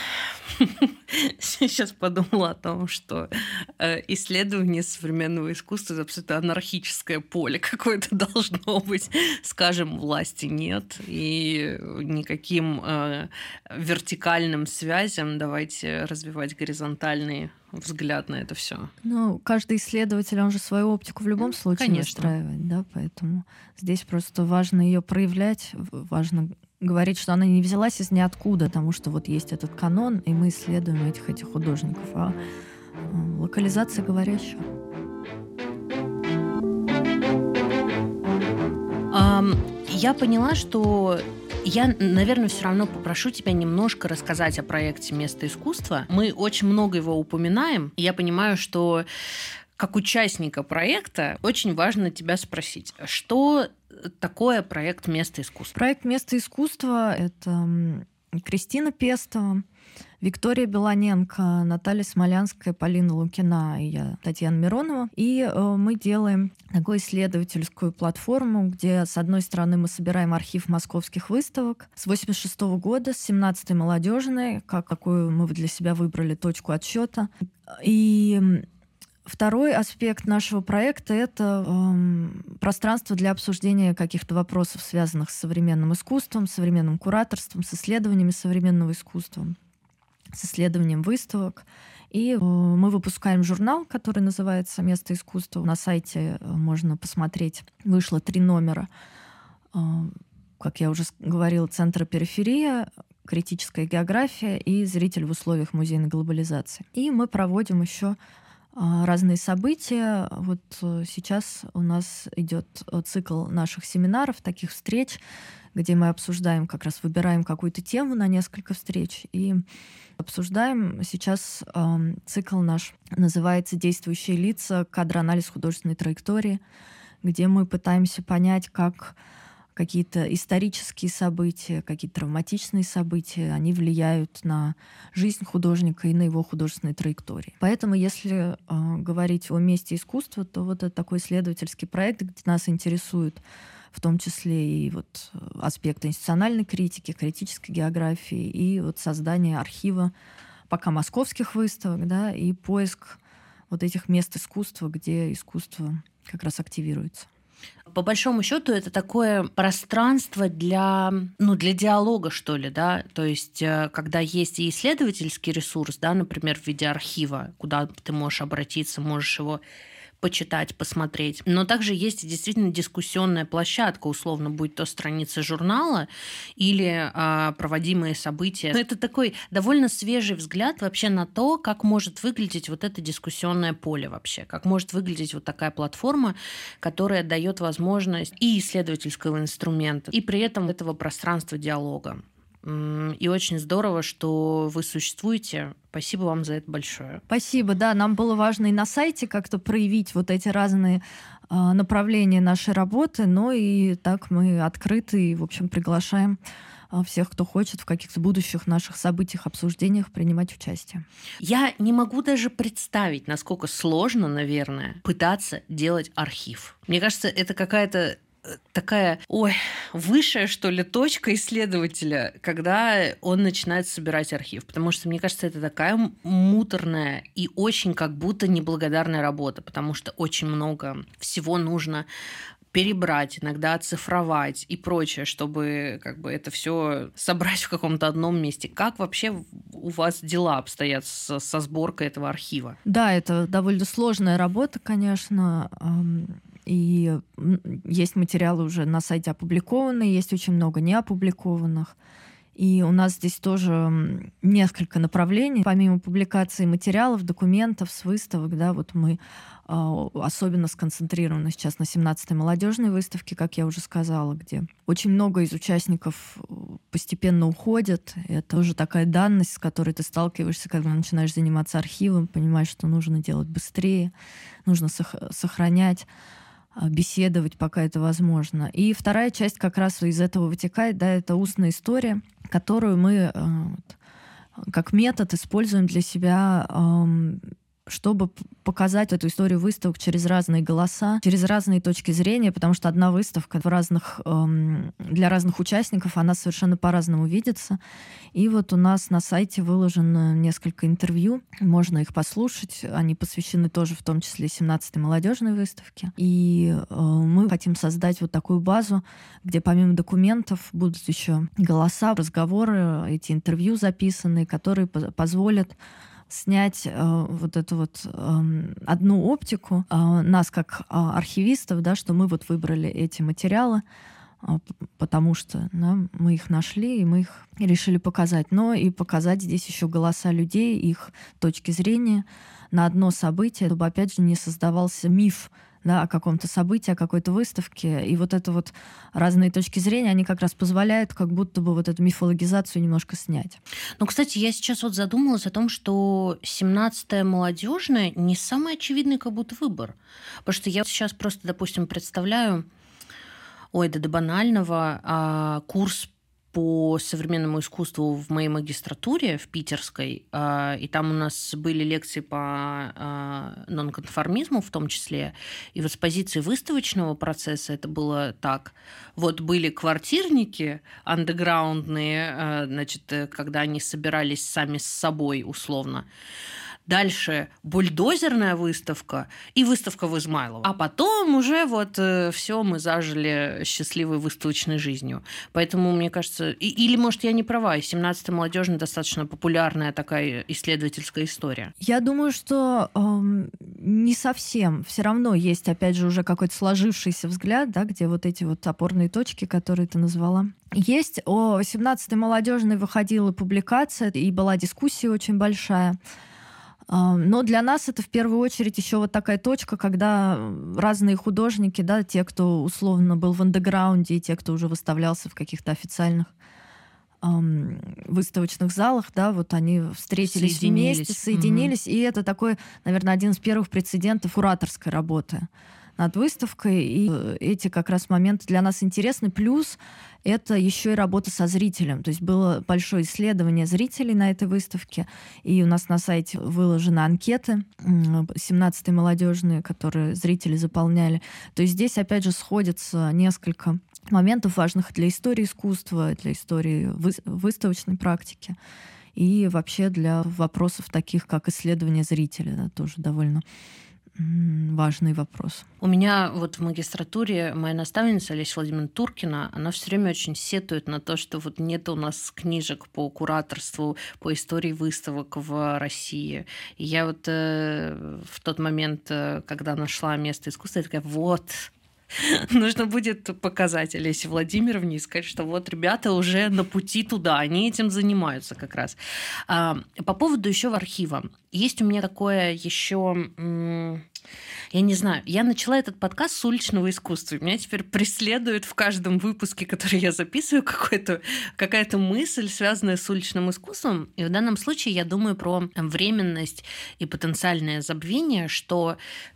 Сейчас подумала о том, что исследование современного искусства — это абсолютно анархическое поле какое-то должно быть. Скажем, власти нет, и никаким вертикальным связям давайте развивать горизонтальный взгляд на это все. Ну, каждый исследователь, он же свою оптику в любом случае Конечно. выстраивает, да, поэтому здесь просто важно ее проявлять, важно говорить, что она не взялась из ниоткуда, потому что вот есть этот канон, и мы исследуем этих художников, а локализация говорящего. Я поняла, что я, наверное, все равно попрошу тебя немножко рассказать о проекте «Место искусства». Мы очень много его упоминаем, и я понимаю, что как участника проекта очень важно тебя спросить, что такое проект «Место искусства»? Проект «Место искусства» — это Кристина Пестова, Виктория Белоненко, Наталья Смолянская, Полина Лукина и я, Татьяна Миронова. И мы делаем такую исследовательскую платформу, где, с одной стороны, мы собираем архив московских выставок с 1986 года, с 17-й молодежной, как какую мы для себя выбрали точку отсчета. И второй аспект нашего проекта — это пространство для обсуждения каких-то вопросов, связанных с современным искусством, современным кураторством, с исследованиями современного искусства, с исследованием выставок. И мы выпускаем журнал, который называется «Место искусства». На сайте можно посмотреть. Вышло 3 номера. как я уже говорила, центр-периферия, критическая география и зритель в условиях музейной глобализации. И мы проводим еще разные события. Вот сейчас у нас идет цикл наших семинаров, таких встреч, где мы обсуждаем, как раз выбираем какую-то тему на несколько встреч и обсуждаем. Сейчас цикл наш называется «Действующие лица. Кадроанализ художественной траектории», где мы пытаемся понять, как какие-то исторические события, какие-то травматичные события, они влияют на жизнь художника и на его художественной траектории. Поэтому, если говорить о месте искусства, то вот это такой исследовательский проект, где нас интересует в том числе и вот аспекты институциональной критики, критической географии и вот создание архива пока московских выставок, да, и поиск вот этих мест искусства, где искусство как раз активируется. По большому счету это такое пространство для диалога, что ли, да, то есть когда есть и исследовательский ресурс, да, например, в виде архива, куда ты можешь обратиться, можешь его почитать, посмотреть. Но также есть действительно дискуссионная площадка, условно, будь то страница журнала или проводимые события. Но это такой довольно свежий взгляд вообще на то, как может выглядеть вот это дискуссионное поле вообще, как может выглядеть вот такая платформа, которая дает возможность и исследовательского инструмента, и при этом этого пространства диалога. И очень здорово, что вы существуете. Спасибо вам за это большое. Спасибо, да. Нам было важно и на сайте как-то проявить вот эти разные направления нашей работы, но и так мы открыты и, в общем, приглашаем всех, кто хочет в каких-то будущих наших событиях, обсуждениях принимать участие. Я не могу даже представить, насколько сложно, наверное, пытаться делать архив. Мне кажется, это какая-то такая, высшая, что ли, точка исследователя, когда он начинает собирать архив. Потому что, мне кажется, это такая муторная и очень как будто неблагодарная работа, потому что очень много всего нужно перебрать, иногда оцифровать и прочее, чтобы как бы это все собрать в каком-то одном месте. Как вообще у вас дела обстоят со сборкой этого архива? Да, это довольно сложная работа, конечно. И есть материалы уже на сайте опубликованные, есть очень много неопубликованных. И у нас здесь тоже несколько направлений. Помимо публикации материалов, документов с выставок, да, вот мы особенно сконцентрированы сейчас на 17-й молодежной выставке, как я уже сказала, где очень много из участников постепенно уходят. Это уже такая данность, с которой ты сталкиваешься, когда начинаешь заниматься архивом, понимаешь, что нужно делать быстрее, нужно сохранять, беседовать, пока это возможно. И вторая часть как раз из этого вытекает, да, это устная история, которую мы как метод используем для себя, чтобы показать эту историю выставок через разные голоса, через разные точки зрения, потому что одна выставка для разных участников, она совершенно по-разному видится. И вот у нас на сайте выложено несколько интервью, можно их послушать, они посвящены тоже в том числе 17-й молодежной выставке. И мы хотим создать вот такую базу, где помимо документов будут еще голоса, разговоры, эти интервью записанные, которые позволят снять вот эту вот одну оптику нас как архивистов, да, что мы вот выбрали эти материалы, потому что да, мы их нашли, и мы их решили показать. Но и показать здесь еще голоса людей, их точки зрения на одно событие, чтобы, опять же, не создавался миф, да, о каком-то событии, о какой-то выставке. И вот это вот разные точки зрения, они как раз позволяют как будто бы вот эту мифологизацию немножко снять. Ну, кстати, я сейчас вот задумалась о том, что 17-я молодежная не самый очевидный как будто выбор. Потому что я сейчас просто, допустим, представляю, до банального, курс по современному искусству в моей магистратуре в питерской, и там у нас были лекции по нонконформизму в том числе, и вот с позиции выставочного процесса это было так. Вот были квартирники андеграундные, значит, когда они собирались сами с собой условно. дальше бульдозерная выставка и выставка в Измайлово. А потом уже все, мы зажили счастливой выставочной жизнью. Поэтому, мне кажется, или, может, я не права, и 17-й молодежный достаточно популярная такая исследовательская история. Я думаю, что не совсем. Все равно есть, опять же, уже какой-то сложившийся взгляд, да, где вот эти вот опорные точки, которые ты назвала. Есть о 17-й молодежной выходила публикация, и была дискуссия очень большая. Но для нас это в первую очередь еще вот такая точка, когда разные художники, да, те, кто условно был в андеграунде, и те, кто уже выставлялся в каких-то официальных выставочных залах, да, вот они встретились вместе, соединились, и это такой, наверное, один из первых прецедентов кураторской работы над выставкой, и эти как раз моменты для нас интересны. Плюс это еще и работа со зрителем. То есть было большое исследование зрителей на этой выставке, и у нас на сайте выложены анкеты 17-й молодежные, которые зрители заполняли. То есть здесь, опять же, сходятся несколько моментов важных для истории искусства, для истории выставочной практики и вообще для вопросов таких, как исследование зрителя. Да, тоже довольно важный вопрос. У меня в магистратуре моя наставница Олеся Владимировна Туркина, она все время очень сетует на то, что нет у нас книжек по кураторству, по истории выставок в России. И я в тот момент, когда нашла место искусства, я такая, нужно будет показать Олесе Владимировне и сказать, что ребята уже на пути туда, они этим занимаются как раз. По поводу еще архива. Есть у меня такое еще... Я не знаю, я начала этот подкаст с уличного искусства. Меня теперь преследует в каждом выпуске, который я записываю, какая-то мысль, связанная с уличным искусством. И в данном случае я думаю про временность и потенциальное забвение, что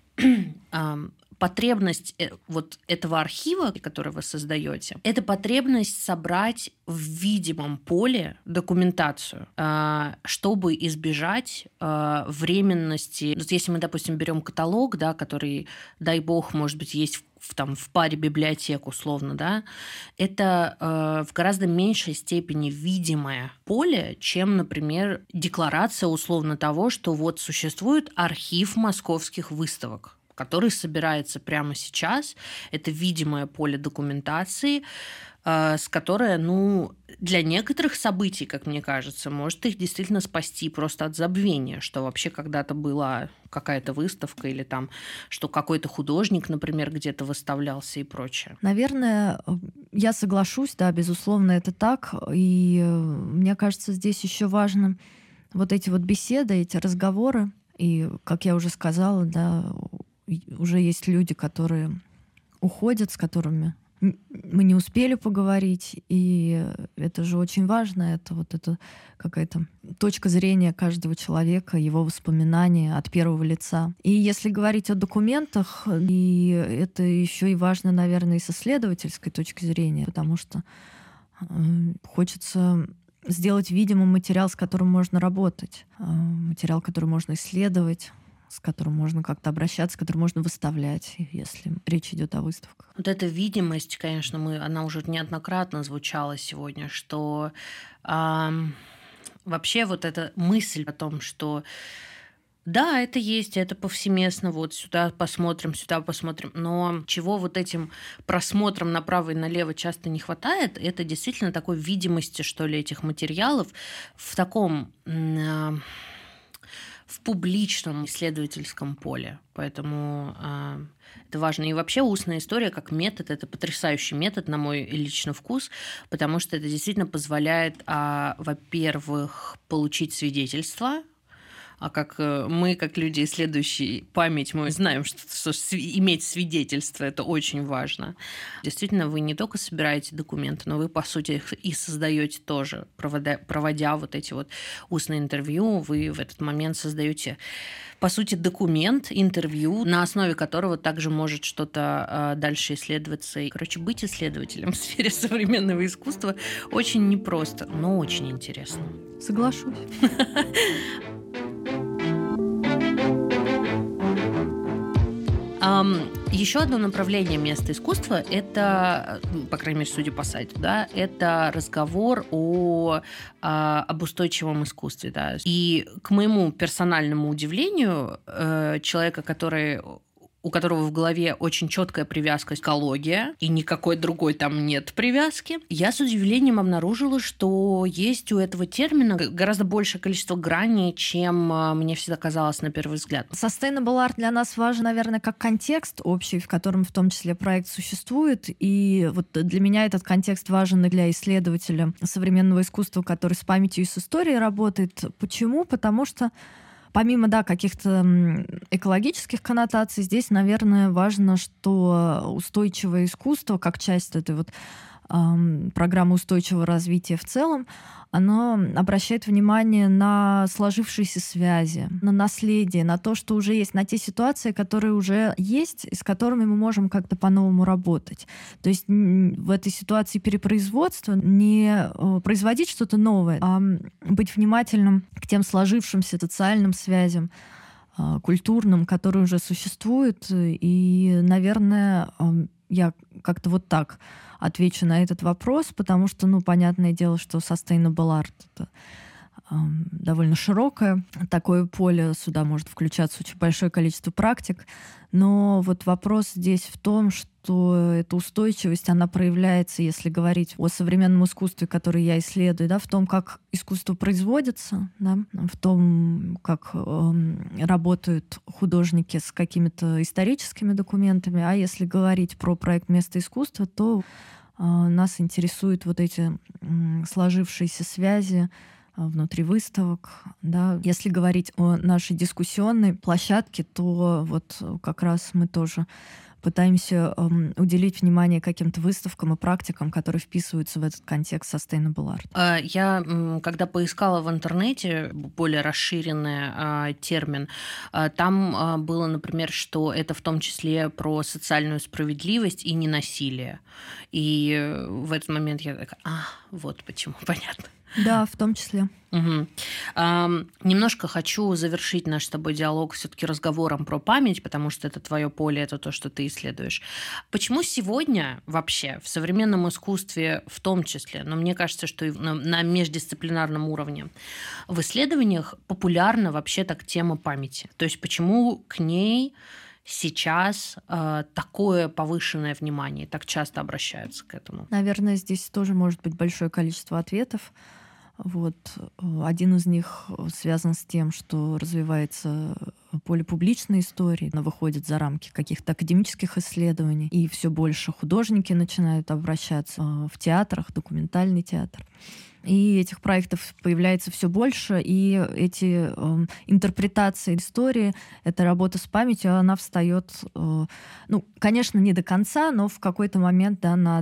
потребность этого архива, который вы создаете, это потребность собрать в видимом поле документацию, чтобы избежать временности. Если мы, допустим, берем каталог, да, который, дай бог, может быть, есть в паре библиотек условно, да, это в гораздо меньшей степени видимое поле, чем, например, декларация условно того, что существует архив московских выставок, который собирается прямо сейчас. Это видимое поле документации, с которой, для некоторых событий, как мне кажется, может их действительно спасти просто от забвения, что вообще когда-то была какая-то выставка или что какой-то художник, например, где-то выставлялся и прочее. Наверное, я соглашусь, да, безусловно, это так. И мне кажется, здесь еще важно эти беседы, эти разговоры. И, как я уже сказала, да, уже есть люди, которые уходят, с которыми мы не успели поговорить, и это же очень важно, это какая-то точка зрения каждого человека, его воспоминания от первого лица. И если говорить о документах, и это еще и важно, наверное, и с исследовательской точки зрения, потому что хочется сделать видимым материал, с которым можно работать, материал, который можно исследовать, с которым можно как-то обращаться, с которым можно выставлять, если речь идет о выставках. Эта видимость, конечно, она уже неоднократно звучала сегодня, что вообще эта мысль о том, что да, это есть, это повсеместно, сюда посмотрим, но чего этим просмотром направо и налево часто не хватает, это действительно такой видимости, что ли, этих материалов в таком... в публичном исследовательском поле. Поэтому это важно. И вообще устная история как метод – это потрясающий метод, на мой личный вкус, потому что это действительно позволяет, во-первых, получить свидетельство. А как мы, как люди, исследующие память, мы знаем, что иметь свидетельство – это очень важно. Действительно, вы не только собираете документы, но вы, по сути, их и создаете тоже, проводя эти устные интервью. Вы в этот момент создаете, по сути, документ, интервью, на основе которого также может что-то дальше исследоваться. И, быть исследователем в сфере современного искусства очень непросто, но очень интересно. Соглашусь. Еще одно направление места искусства – это, по крайней мере, судя по сайту, да, это разговор об устойчивом искусстве. Да. И к моему персональному удивлению, человека, у которого в голове очень четкая привязка к экологии, и никакой другой там нет привязки, я с удивлением обнаружила, что есть у этого термина гораздо большее количество граней, чем мне всегда казалось на первый взгляд. Sustainable art для нас важен, наверное, как контекст общий, в котором в том числе проект существует. И вот для меня этот контекст важен и для исследователя современного искусства, который с памятью и с историей работает. Почему? Потому что помимо, каких-то экологических коннотаций, здесь, наверное, важно, что устойчивое искусство, как часть этой программы устойчивого развития в целом, оно обращает внимание на сложившиеся связи, на наследие, на то, что уже есть, на те ситуации, которые уже есть, и с которыми мы можем как-то по-новому работать. То есть в этой ситуации перепроизводства не производить что-то новое, а быть внимательным к тем сложившимся социальным связям, культурным, которые уже существуют. И, наверное, я как-то вот так отвечу на этот вопрос, потому что, понятное дело, что sustainable art — это довольно широкое такое поле, сюда может включаться очень большое количество практик, но вот вопрос здесь в том, что эта устойчивость, она проявляется, если говорить о современном искусстве, которое я исследую, в том, как искусство производится, в том, как работают художники с какими-то историческими документами, а если говорить про проект «Место искусства», то нас интересуют вот эти сложившиеся связи внутри выставок. Да. Если говорить о нашей дискуссионной площадке, то вот как раз мы тоже пытаемся уделить внимание каким-то выставкам и практикам, которые вписываются в этот контекст sustainable art. Я, когда поискала в интернете более расширенный термин, там было, например, что это в том числе про социальную справедливость и ненасилие. И в этот момент я такая, вот почему, понятно. Да, в том числе. Угу. Немножко хочу завершить наш с тобой диалог все-таки разговором про память, потому что это твое поле, это то, что ты исследуешь. Почему сегодня вообще в современном искусстве в том числе, но мне кажется, что и на междисциплинарном уровне, в исследованиях популярна вообще так тема памяти? То есть почему к ней сейчас такое повышенное внимание, так часто обращаются к этому? Наверное, здесь тоже может быть большое количество ответов. Вот. Один из них связан с тем, что развивается поле публичной истории, она выходит за рамки каких-то академических исследований, и все больше художники начинают обращаться в театрах, документальный театр. И этих проектов появляется все больше, и эти интерпретации истории, эта работа с памятью, она встает, конечно, не до конца, но в какой-то момент на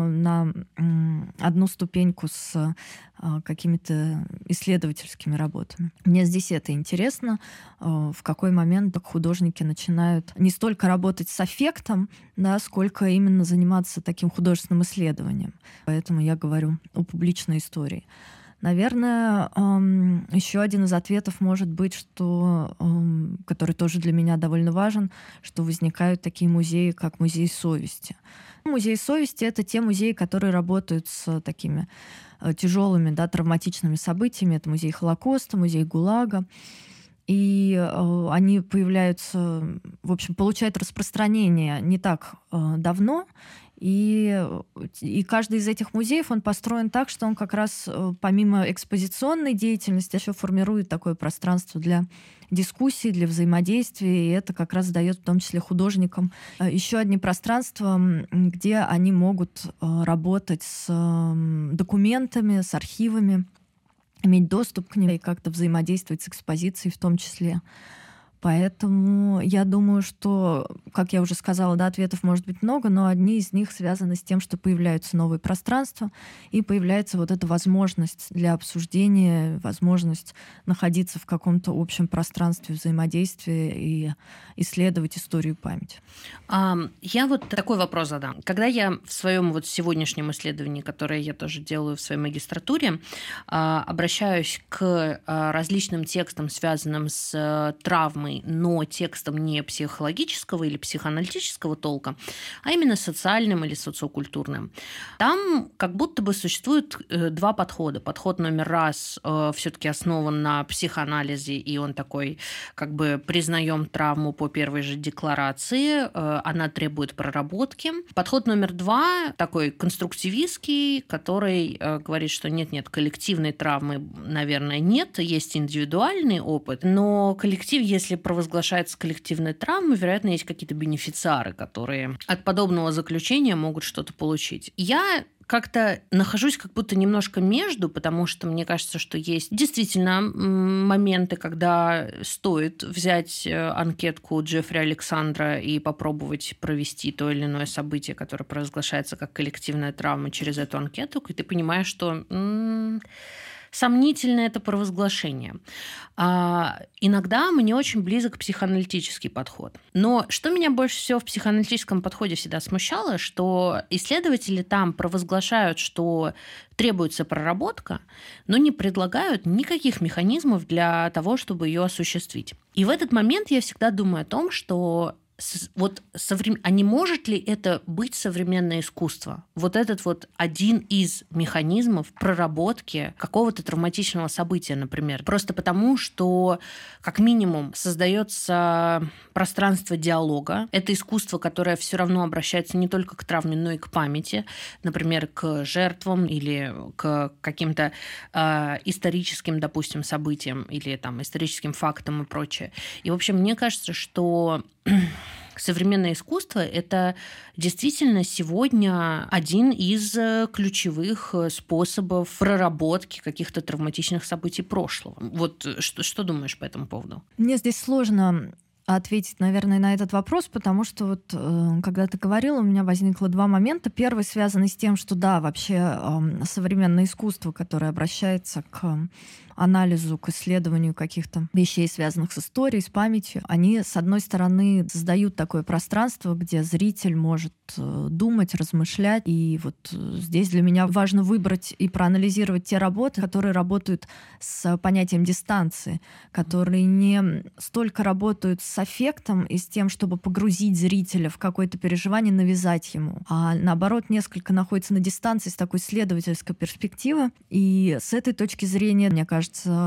одну ступеньку с какими-то исследовательскими работами. Мне здесь это интересно, в какой момент художники начинают не столько работать с аффектом, сколько именно заниматься таким художественным исследованием. Поэтому я говорю о публичной истории. Наверное, еще один из ответов может быть, который тоже для меня довольно важен, что возникают такие музеи, как музей совести. Музей совести — это те музеи, которые работают с такими тяжелыми, травматичными событиями. Это музей Холокоста, музей ГУЛАГа. И они появляются, в общем, получают распространение не так давно. И каждый из этих музеев, он построен так, что он как раз помимо экспозиционной деятельности еще формирует такое пространство для дискуссий, для взаимодействия, и это как раз дает в том числе художникам еще одни пространства, где они могут работать с документами, с архивами, иметь доступ к ним и как-то взаимодействовать с экспозицией в том числе. Поэтому я думаю, что, как я уже сказала, ответов может быть много, но одни из них связаны с тем, что появляются новые пространства, и появляется вот эта возможность для обсуждения, возможность находиться в каком-то общем пространстве взаимодействия и исследовать историю памяти. Я вот такой вопрос задам. Когда я в своем сегодняшнем исследовании, которое я тоже делаю в своей магистратуре, обращаюсь к различным текстам, связанным с травмой травмой, но текстом не психологического или психоаналитического толка, а именно социальным или социокультурным. Там как будто бы существует два подхода. Подход номер раз все-таки основан на психоанализе, и он такой, как бы признаем травму по первой же декларации, она требует проработки. Подход номер два такой конструктивистский, который говорит, что нет, коллективной травмы, наверное, нет, есть индивидуальный опыт, но коллектив, если провозглашается коллективная травма, вероятно, есть какие-то бенефициары, которые от подобного заключения могут что-то получить. Я как-то нахожусь как будто немножко между, потому что мне кажется, что есть действительно моменты, когда стоит взять анкетку Джеффри Александра и попробовать провести то или иное событие, которое провозглашается как коллективная травма через эту анкету, и ты понимаешь, что сомнительно это провозглашение. Иногда мне очень близок психоаналитический подход. Но что меня больше всего в психоаналитическом подходе всегда смущало, что исследователи там провозглашают, что требуется проработка, но не предлагают никаких механизмов для того, чтобы ее осуществить. И в этот момент я всегда думаю о том, что а не может ли это быть современное искусство? Вот этот вот один из механизмов проработки какого-то травматичного события, например. Просто потому, что как минимум создается пространство диалога. Это искусство, которое все равно обращается не только к травме, но и к памяти. Например, к жертвам или к каким-то историческим, допустим, событиям или там историческим фактам и прочее. И, в общем, мне кажется, что современное искусство – это действительно сегодня один из ключевых способов проработки каких-то травматичных событий прошлого. Вот что думаешь по этому поводу? Мне здесь сложно ответить, наверное, на этот вопрос, потому что вот когда ты говорила, у меня возникло два момента. Первый связанный с тем, что да, вообще современное искусство, которое обращается к анализу, к исследованию каких-то вещей, связанных с историей, с памятью, они, с одной стороны, создают такое пространство, где зритель может думать, размышлять. И вот здесь для меня важно выбрать и проанализировать те работы, которые работают с понятием дистанции, которые не столько работают с аффектом и с тем, чтобы погрузить зрителя в какое-то переживание, навязать ему, а наоборот, несколько находится на дистанции с такой исследовательской перспективы. И с этой точки зрения, мне кажется,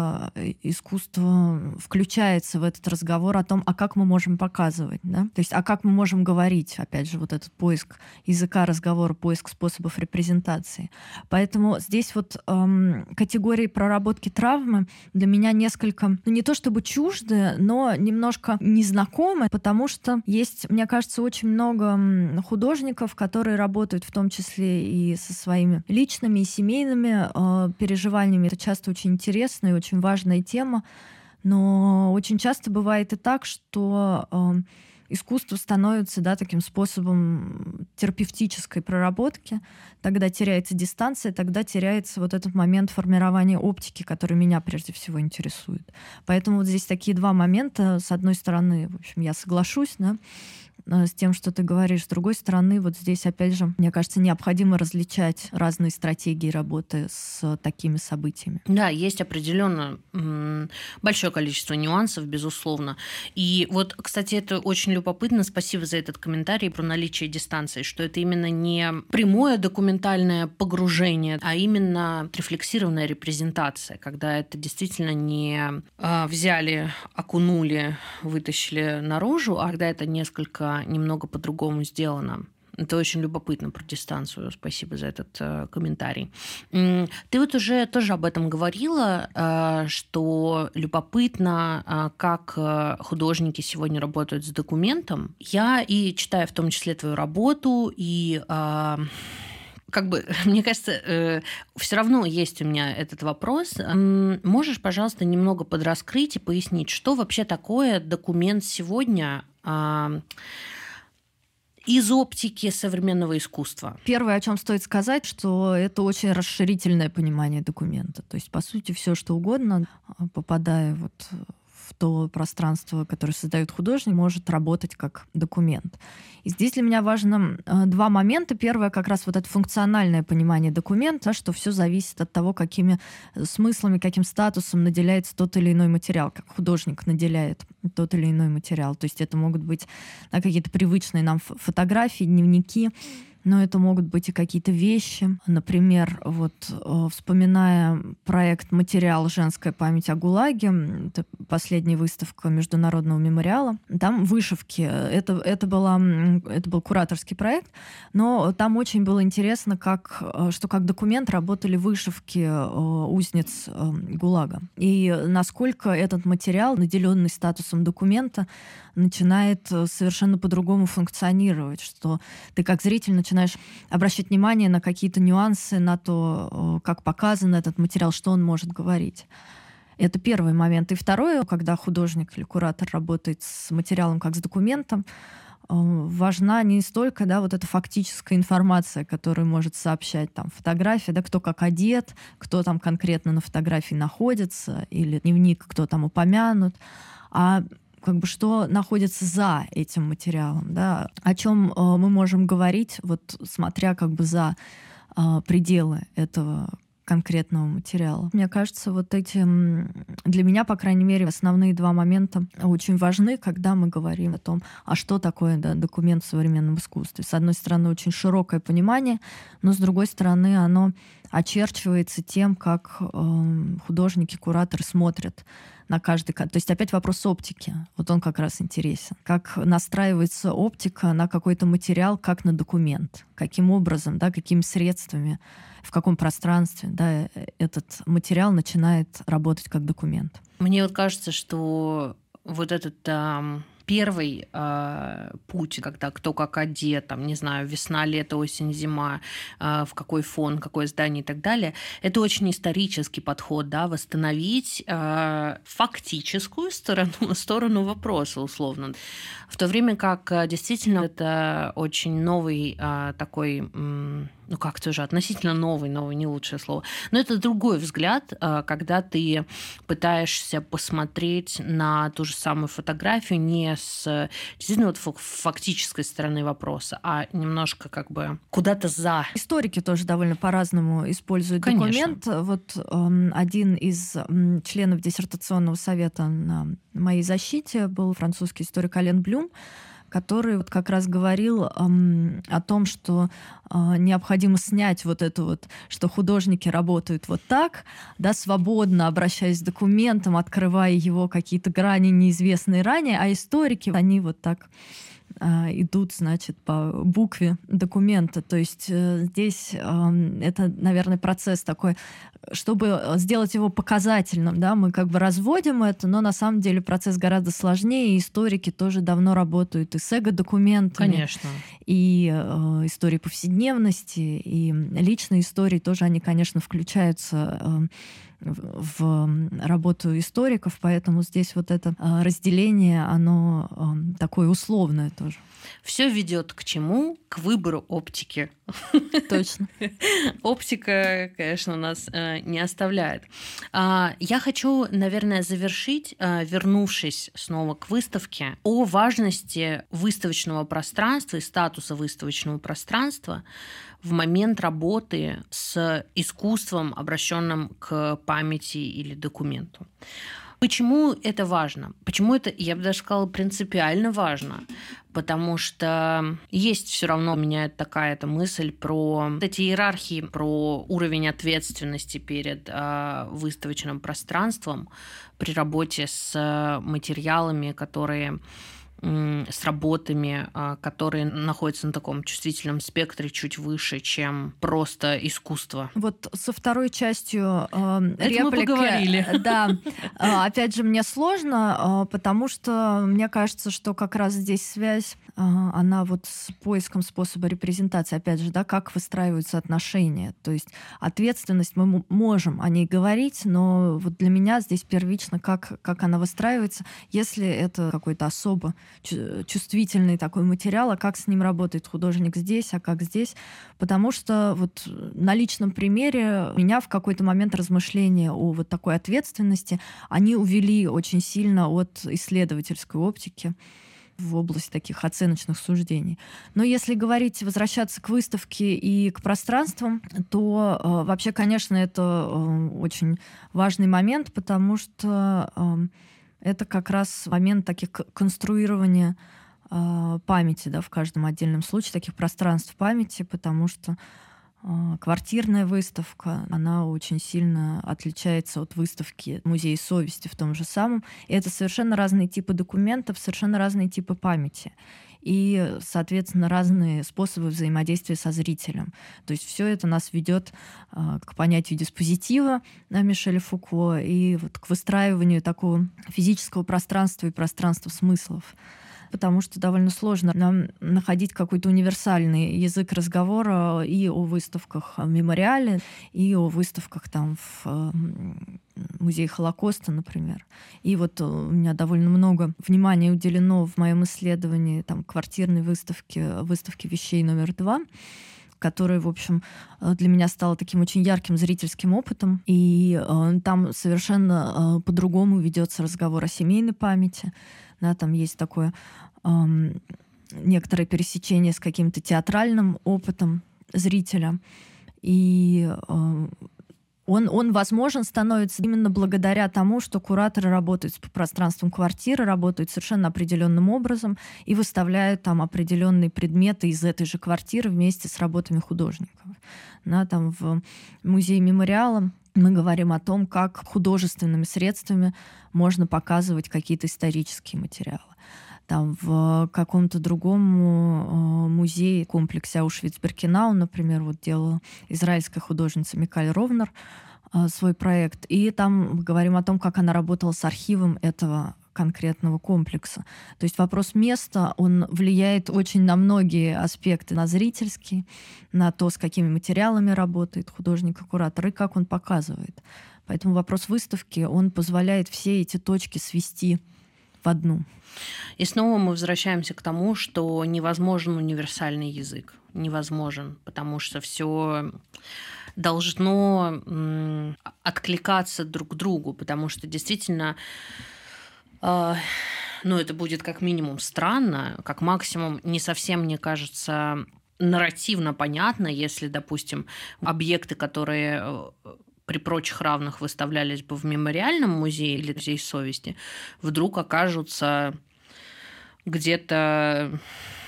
искусство включается в этот разговор о том, а как мы можем показывать, да? То есть, а как мы можем говорить, опять же, вот этот поиск языка разговора, поиск способов репрезентации. Поэтому здесь вот категории проработки травмы для меня несколько, не то чтобы чужды, но немножко незнакомы, потому что есть, мне кажется, очень много художников, которые работают в том числе и со своими личными и семейными переживаниями. Это часто очень интересная и очень важная тема, но очень часто бывает и так, что искусство становится, да, таким способом терапевтической проработки, тогда теряется дистанция, тогда теряется вот этот момент формирования оптики, который меня прежде всего интересует. Поэтому вот здесь такие два момента. С одной стороны, в общем, я соглашусь, да, с тем, что ты говоришь. С другой стороны, вот здесь, опять же, мне кажется, необходимо различать разные стратегии работы с такими событиями. Да, есть определенно большое количество нюансов, безусловно. И вот, кстати, это очень любопытно. Спасибо за этот комментарий про наличие дистанции, что это именно не прямое документальное погружение, а именно рефлексированная репрезентация, когда это действительно не взяли, окунули, вытащили наружу, а когда это немного по-другому сделано. Это очень любопытно про дистанцию. Спасибо за этот комментарий. Ты вот уже тоже об этом говорила, что любопытно, как художники сегодня работают с документом. Я и читаю в том числе твою работу, и мне кажется, все равно есть у меня этот вопрос. Можешь, пожалуйста, немного подраскрыть и пояснить, что вообще такое документ сегодня из оптики современного искусства? Первое, о чем стоит сказать, что это очень расширительное понимание документа. То есть, по сути, все что угодно, попадая вот в то пространство, которое создает художник, может работать как документ. И здесь для меня важно два момента. Первое, как раз вот это функциональное понимание документа, что все зависит от того, какими смыслами, каким статусом наделяется тот или иной материал, как художник наделяет тот или иной материал. То есть это могут быть какие-то привычные нам фотографии, дневники, но это могут быть и какие-то вещи. Например, вот вспоминая проект «Материал. Женская память о ГУЛАГе», это последняя выставка Международного мемориала, там вышивки. Это был кураторский проект, но там очень было интересно, что как документ работали вышивки узниц ГУЛАГа. И насколько этот материал, наделенный статусом документа, начинает совершенно по-другому функционировать, что ты как зритель начинаешь обращать внимание на какие-то нюансы, на то, как показан этот материал, что он может говорить. Это первый момент. И второе, когда художник или куратор работает с материалом как с документом, важна не столько, вот эта фактическая информация, которую может сообщать там фотография, кто как одет, кто там конкретно на фотографии находится, или дневник, кто там упомянут, а что находится за этим материалом, о чем мы можем говорить, смотря за пределы этого конкретного материала. Мне кажется, эти, для меня, по крайней мере, основные два момента очень важны, когда мы говорим о том, что такое документ в современном искусстве. С одной стороны, очень широкое понимание, но с другой стороны, оно очерчивается тем, как художники, кураторы смотрят на каждый... То есть опять вопрос оптики. Он как раз интересен. Как настраивается оптика на какой-то материал, как на документ. Каким образом, какими средствами, в каком пространстве этот материал начинает работать как документ. Мне кажется, что этот первый путь, когда кто как одет, не знаю, весна, лето, осень, зима, в какой фон, какое здание и так далее, это очень исторический подход, восстановить фактическую сторону вопроса, условно. В то время как действительно это очень новый такой... тоже относительно новый, не лучшее слово. Но это другой взгляд, когда ты пытаешься посмотреть на ту же самую фотографию не с действительно фактической стороны вопроса, а немножко куда-то за. Историки тоже довольно по-разному используют документ. Один из членов диссертационного совета на моей защите был французский историк Ален Блюм, который как раз говорил о том, что необходимо снять что художники работают так, свободно обращаясь к документам, открывая его какие-то грани, неизвестные ранее, а историки, они так идут, по букве документа. То есть здесь это, наверное, процесс такой, чтобы сделать его показательным, мы разводим это, но на самом деле процесс гораздо сложнее, и историки тоже давно работают и с эго-документами, конечно, и истории повседневности, и личные истории тоже, они, конечно, включаются в работу историков, поэтому здесь это разделение, оно такое условное тоже. Все ведет к чему? К выбору оптики. Точно. Оптика, конечно, нас не оставляет. Я хочу, наверное, завершить, вернувшись снова к выставке, о важности выставочного пространства и статуса выставочного пространства в момент работы с искусством, обращенным к памяти или документу. Почему это важно? Почему это, я бы даже сказала, принципиально важно? Потому что есть все равно у меня такая-то мысль про эти иерархии, про уровень ответственности перед выставочным пространством при работе с материалами, с работами, которые находятся на таком чувствительном спектре чуть выше, чем просто искусство. Со второй частью реплики... мы поговорили. Да. Опять же, мне сложно, потому что мне кажется, что как раз здесь связь, она с поиском способа репрезентации. Опять же, как выстраиваются отношения. То есть ответственность, мы можем о ней говорить, но для меня здесь первично, как она выстраивается, если это какой-то особо чувствительный такой материал, а как с ним работает художник здесь, а как здесь. Потому что вот на личном примере меня в какой-то момент размышления о вот такой ответственности, они увели очень сильно от исследовательской оптики в область таких оценочных суждений. Но если говорить, возвращаться к выставке и к пространствам, то вообще, конечно, это очень важный момент, потому что это как раз момент таких конструирования памяти, да, в каждом отдельном случае, таких пространств памяти, потому что квартирная выставка, она очень сильно отличается от выставки Музея совести в том же самом. И это совершенно разные типы документов, совершенно разные типы памяти. И, соответственно, разные способы взаимодействия со зрителем. То есть все это нас ведет к понятию диспозитива Мишеля Фуко и вот к выстраиванию такого физического пространства и пространства смыслов. Потому что довольно сложно нам находить какой-то универсальный язык разговора и о выставках в мемориале, и о выставках там в Музее Холокоста, например. И вот у меня довольно много внимания уделено в моем исследовании там, квартирной выставке вещей номер 2, которая, в общем, для меня стала таким очень ярким зрительским опытом. И там совершенно по-другому ведется разговор о семейной памяти. Да, там есть такое некоторое пересечение с каким-то театральным опытом зрителя. И он возможен становится именно благодаря тому, что кураторы работают с пространством квартиры, работают совершенно определенным образом и выставляют там определенные предметы из этой же квартиры вместе с работами художников. Да, там в музее мемориала мы говорим о том, как художественными средствами можно показывать какие-то исторические материалы. Там в каком-то другом музее, комплексе Аушвиц-Биркенау, например, вот делала израильская художница Микаль Ровнер свой проект. И там мы говорим о том, как она работала с архивом этого конкретного комплекса. То есть вопрос места, он влияет очень на многие аспекты, на зрительский, на то, с какими материалами работает художник и куратор, и как он показывает. Поэтому вопрос выставки, он позволяет все эти точки свести в одну. И снова мы возвращаемся к тому, что невозможен универсальный язык. Невозможен, потому что все должно откликаться друг к другу, потому что действительно, это будет как минимум странно, как максимум не совсем, мне кажется, нарративно понятно, если, допустим, объекты, которые при прочих равных выставлялись бы в мемориальном музее или Музее совести, вдруг окажутся где-то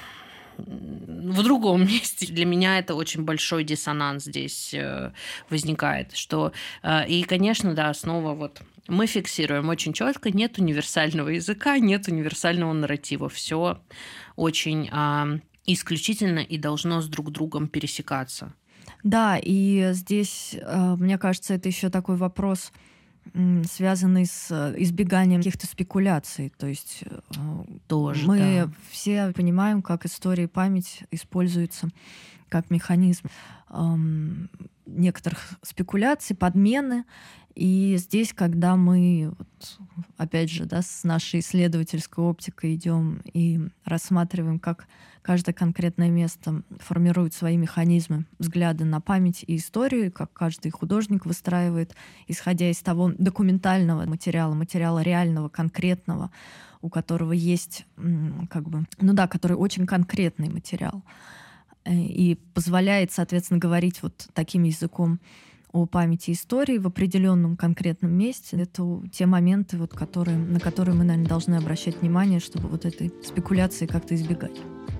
в другом месте. Для меня это очень большой диссонанс здесь возникает. И, конечно, да, снова вот мы фиксируем очень четко, нет универсального языка, нет универсального нарратива. Все очень исключительно и должно с друг другом пересекаться. Да, и здесь, мне кажется, это еще такой вопрос, связанный с избеганием каких-то спекуляций. То есть тоже, мы все понимаем, как история и память используются как механизм некоторых спекуляций, подмены. И здесь, когда мы, опять же, с нашей исследовательской оптикой идем и рассматриваем, как каждое конкретное место формирует свои механизмы взгляда на память и историю, как каждый художник выстраивает, исходя из того документального материала реального, конкретного, у которого есть, который очень конкретный материал. И позволяет, соответственно, говорить вот таким языком о памяти и истории в определенном конкретном месте. Это те моменты, на которые мы, наверное, должны обращать внимание, чтобы вот этой спекуляции как-то избегать.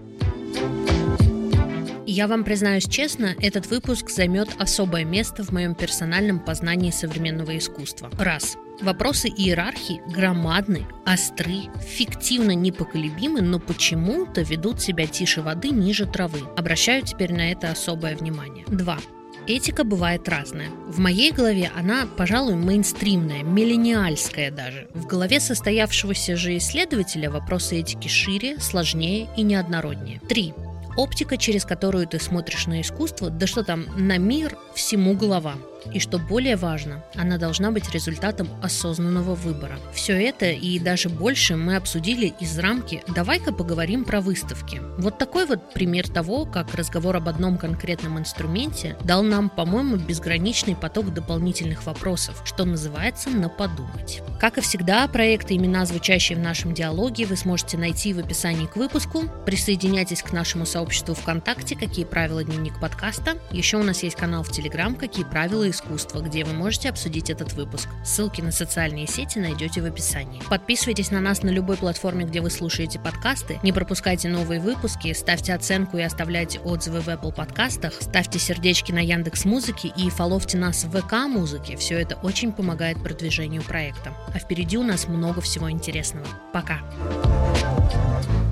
Я вам признаюсь честно, этот выпуск займет особое место в моем персональном познании современного искусства. Раз. Вопросы иерархии громадны, остры, фиктивно непоколебимы, но почему-то ведут себя тише воды, ниже травы. Обращаю теперь на это особое внимание. 2. Этика бывает разная. В моей голове она, пожалуй, мейнстримная, миллениальская даже. В голове состоявшегося же исследователя вопросы этики шире, сложнее и неоднороднее. 3. Оптика, через которую ты смотришь на искусство, да что там, на мир, всему голова. И что более важно, она должна быть результатом осознанного выбора. Все это и даже больше мы обсудили из рамки «давай-ка поговорим про выставки». Вот такой вот пример того, как разговор об одном конкретном инструменте дал нам, по-моему, безграничный поток дополнительных вопросов, что называется «на подумать». Как и всегда, проекты, имена, звучащие в нашем диалоге, вы сможете найти в описании к выпуску. Присоединяйтесь к нашему сообществу ВКонтакте «Какие правила дневник подкаста». Еще у нас есть канал в Телеграм «Какие правила искусства», где вы можете обсудить этот выпуск. Ссылки на социальные сети найдете в описании. Подписывайтесь на нас на любой платформе, где вы слушаете подкасты. Не пропускайте новые выпуски, ставьте оценку и оставляйте отзывы в Apple подкастах, ставьте сердечки на Яндекс.Музыке и фоловьте нас в ВК-музыке. Все это очень помогает продвижению проекта. А впереди у нас много всего интересного. Пока!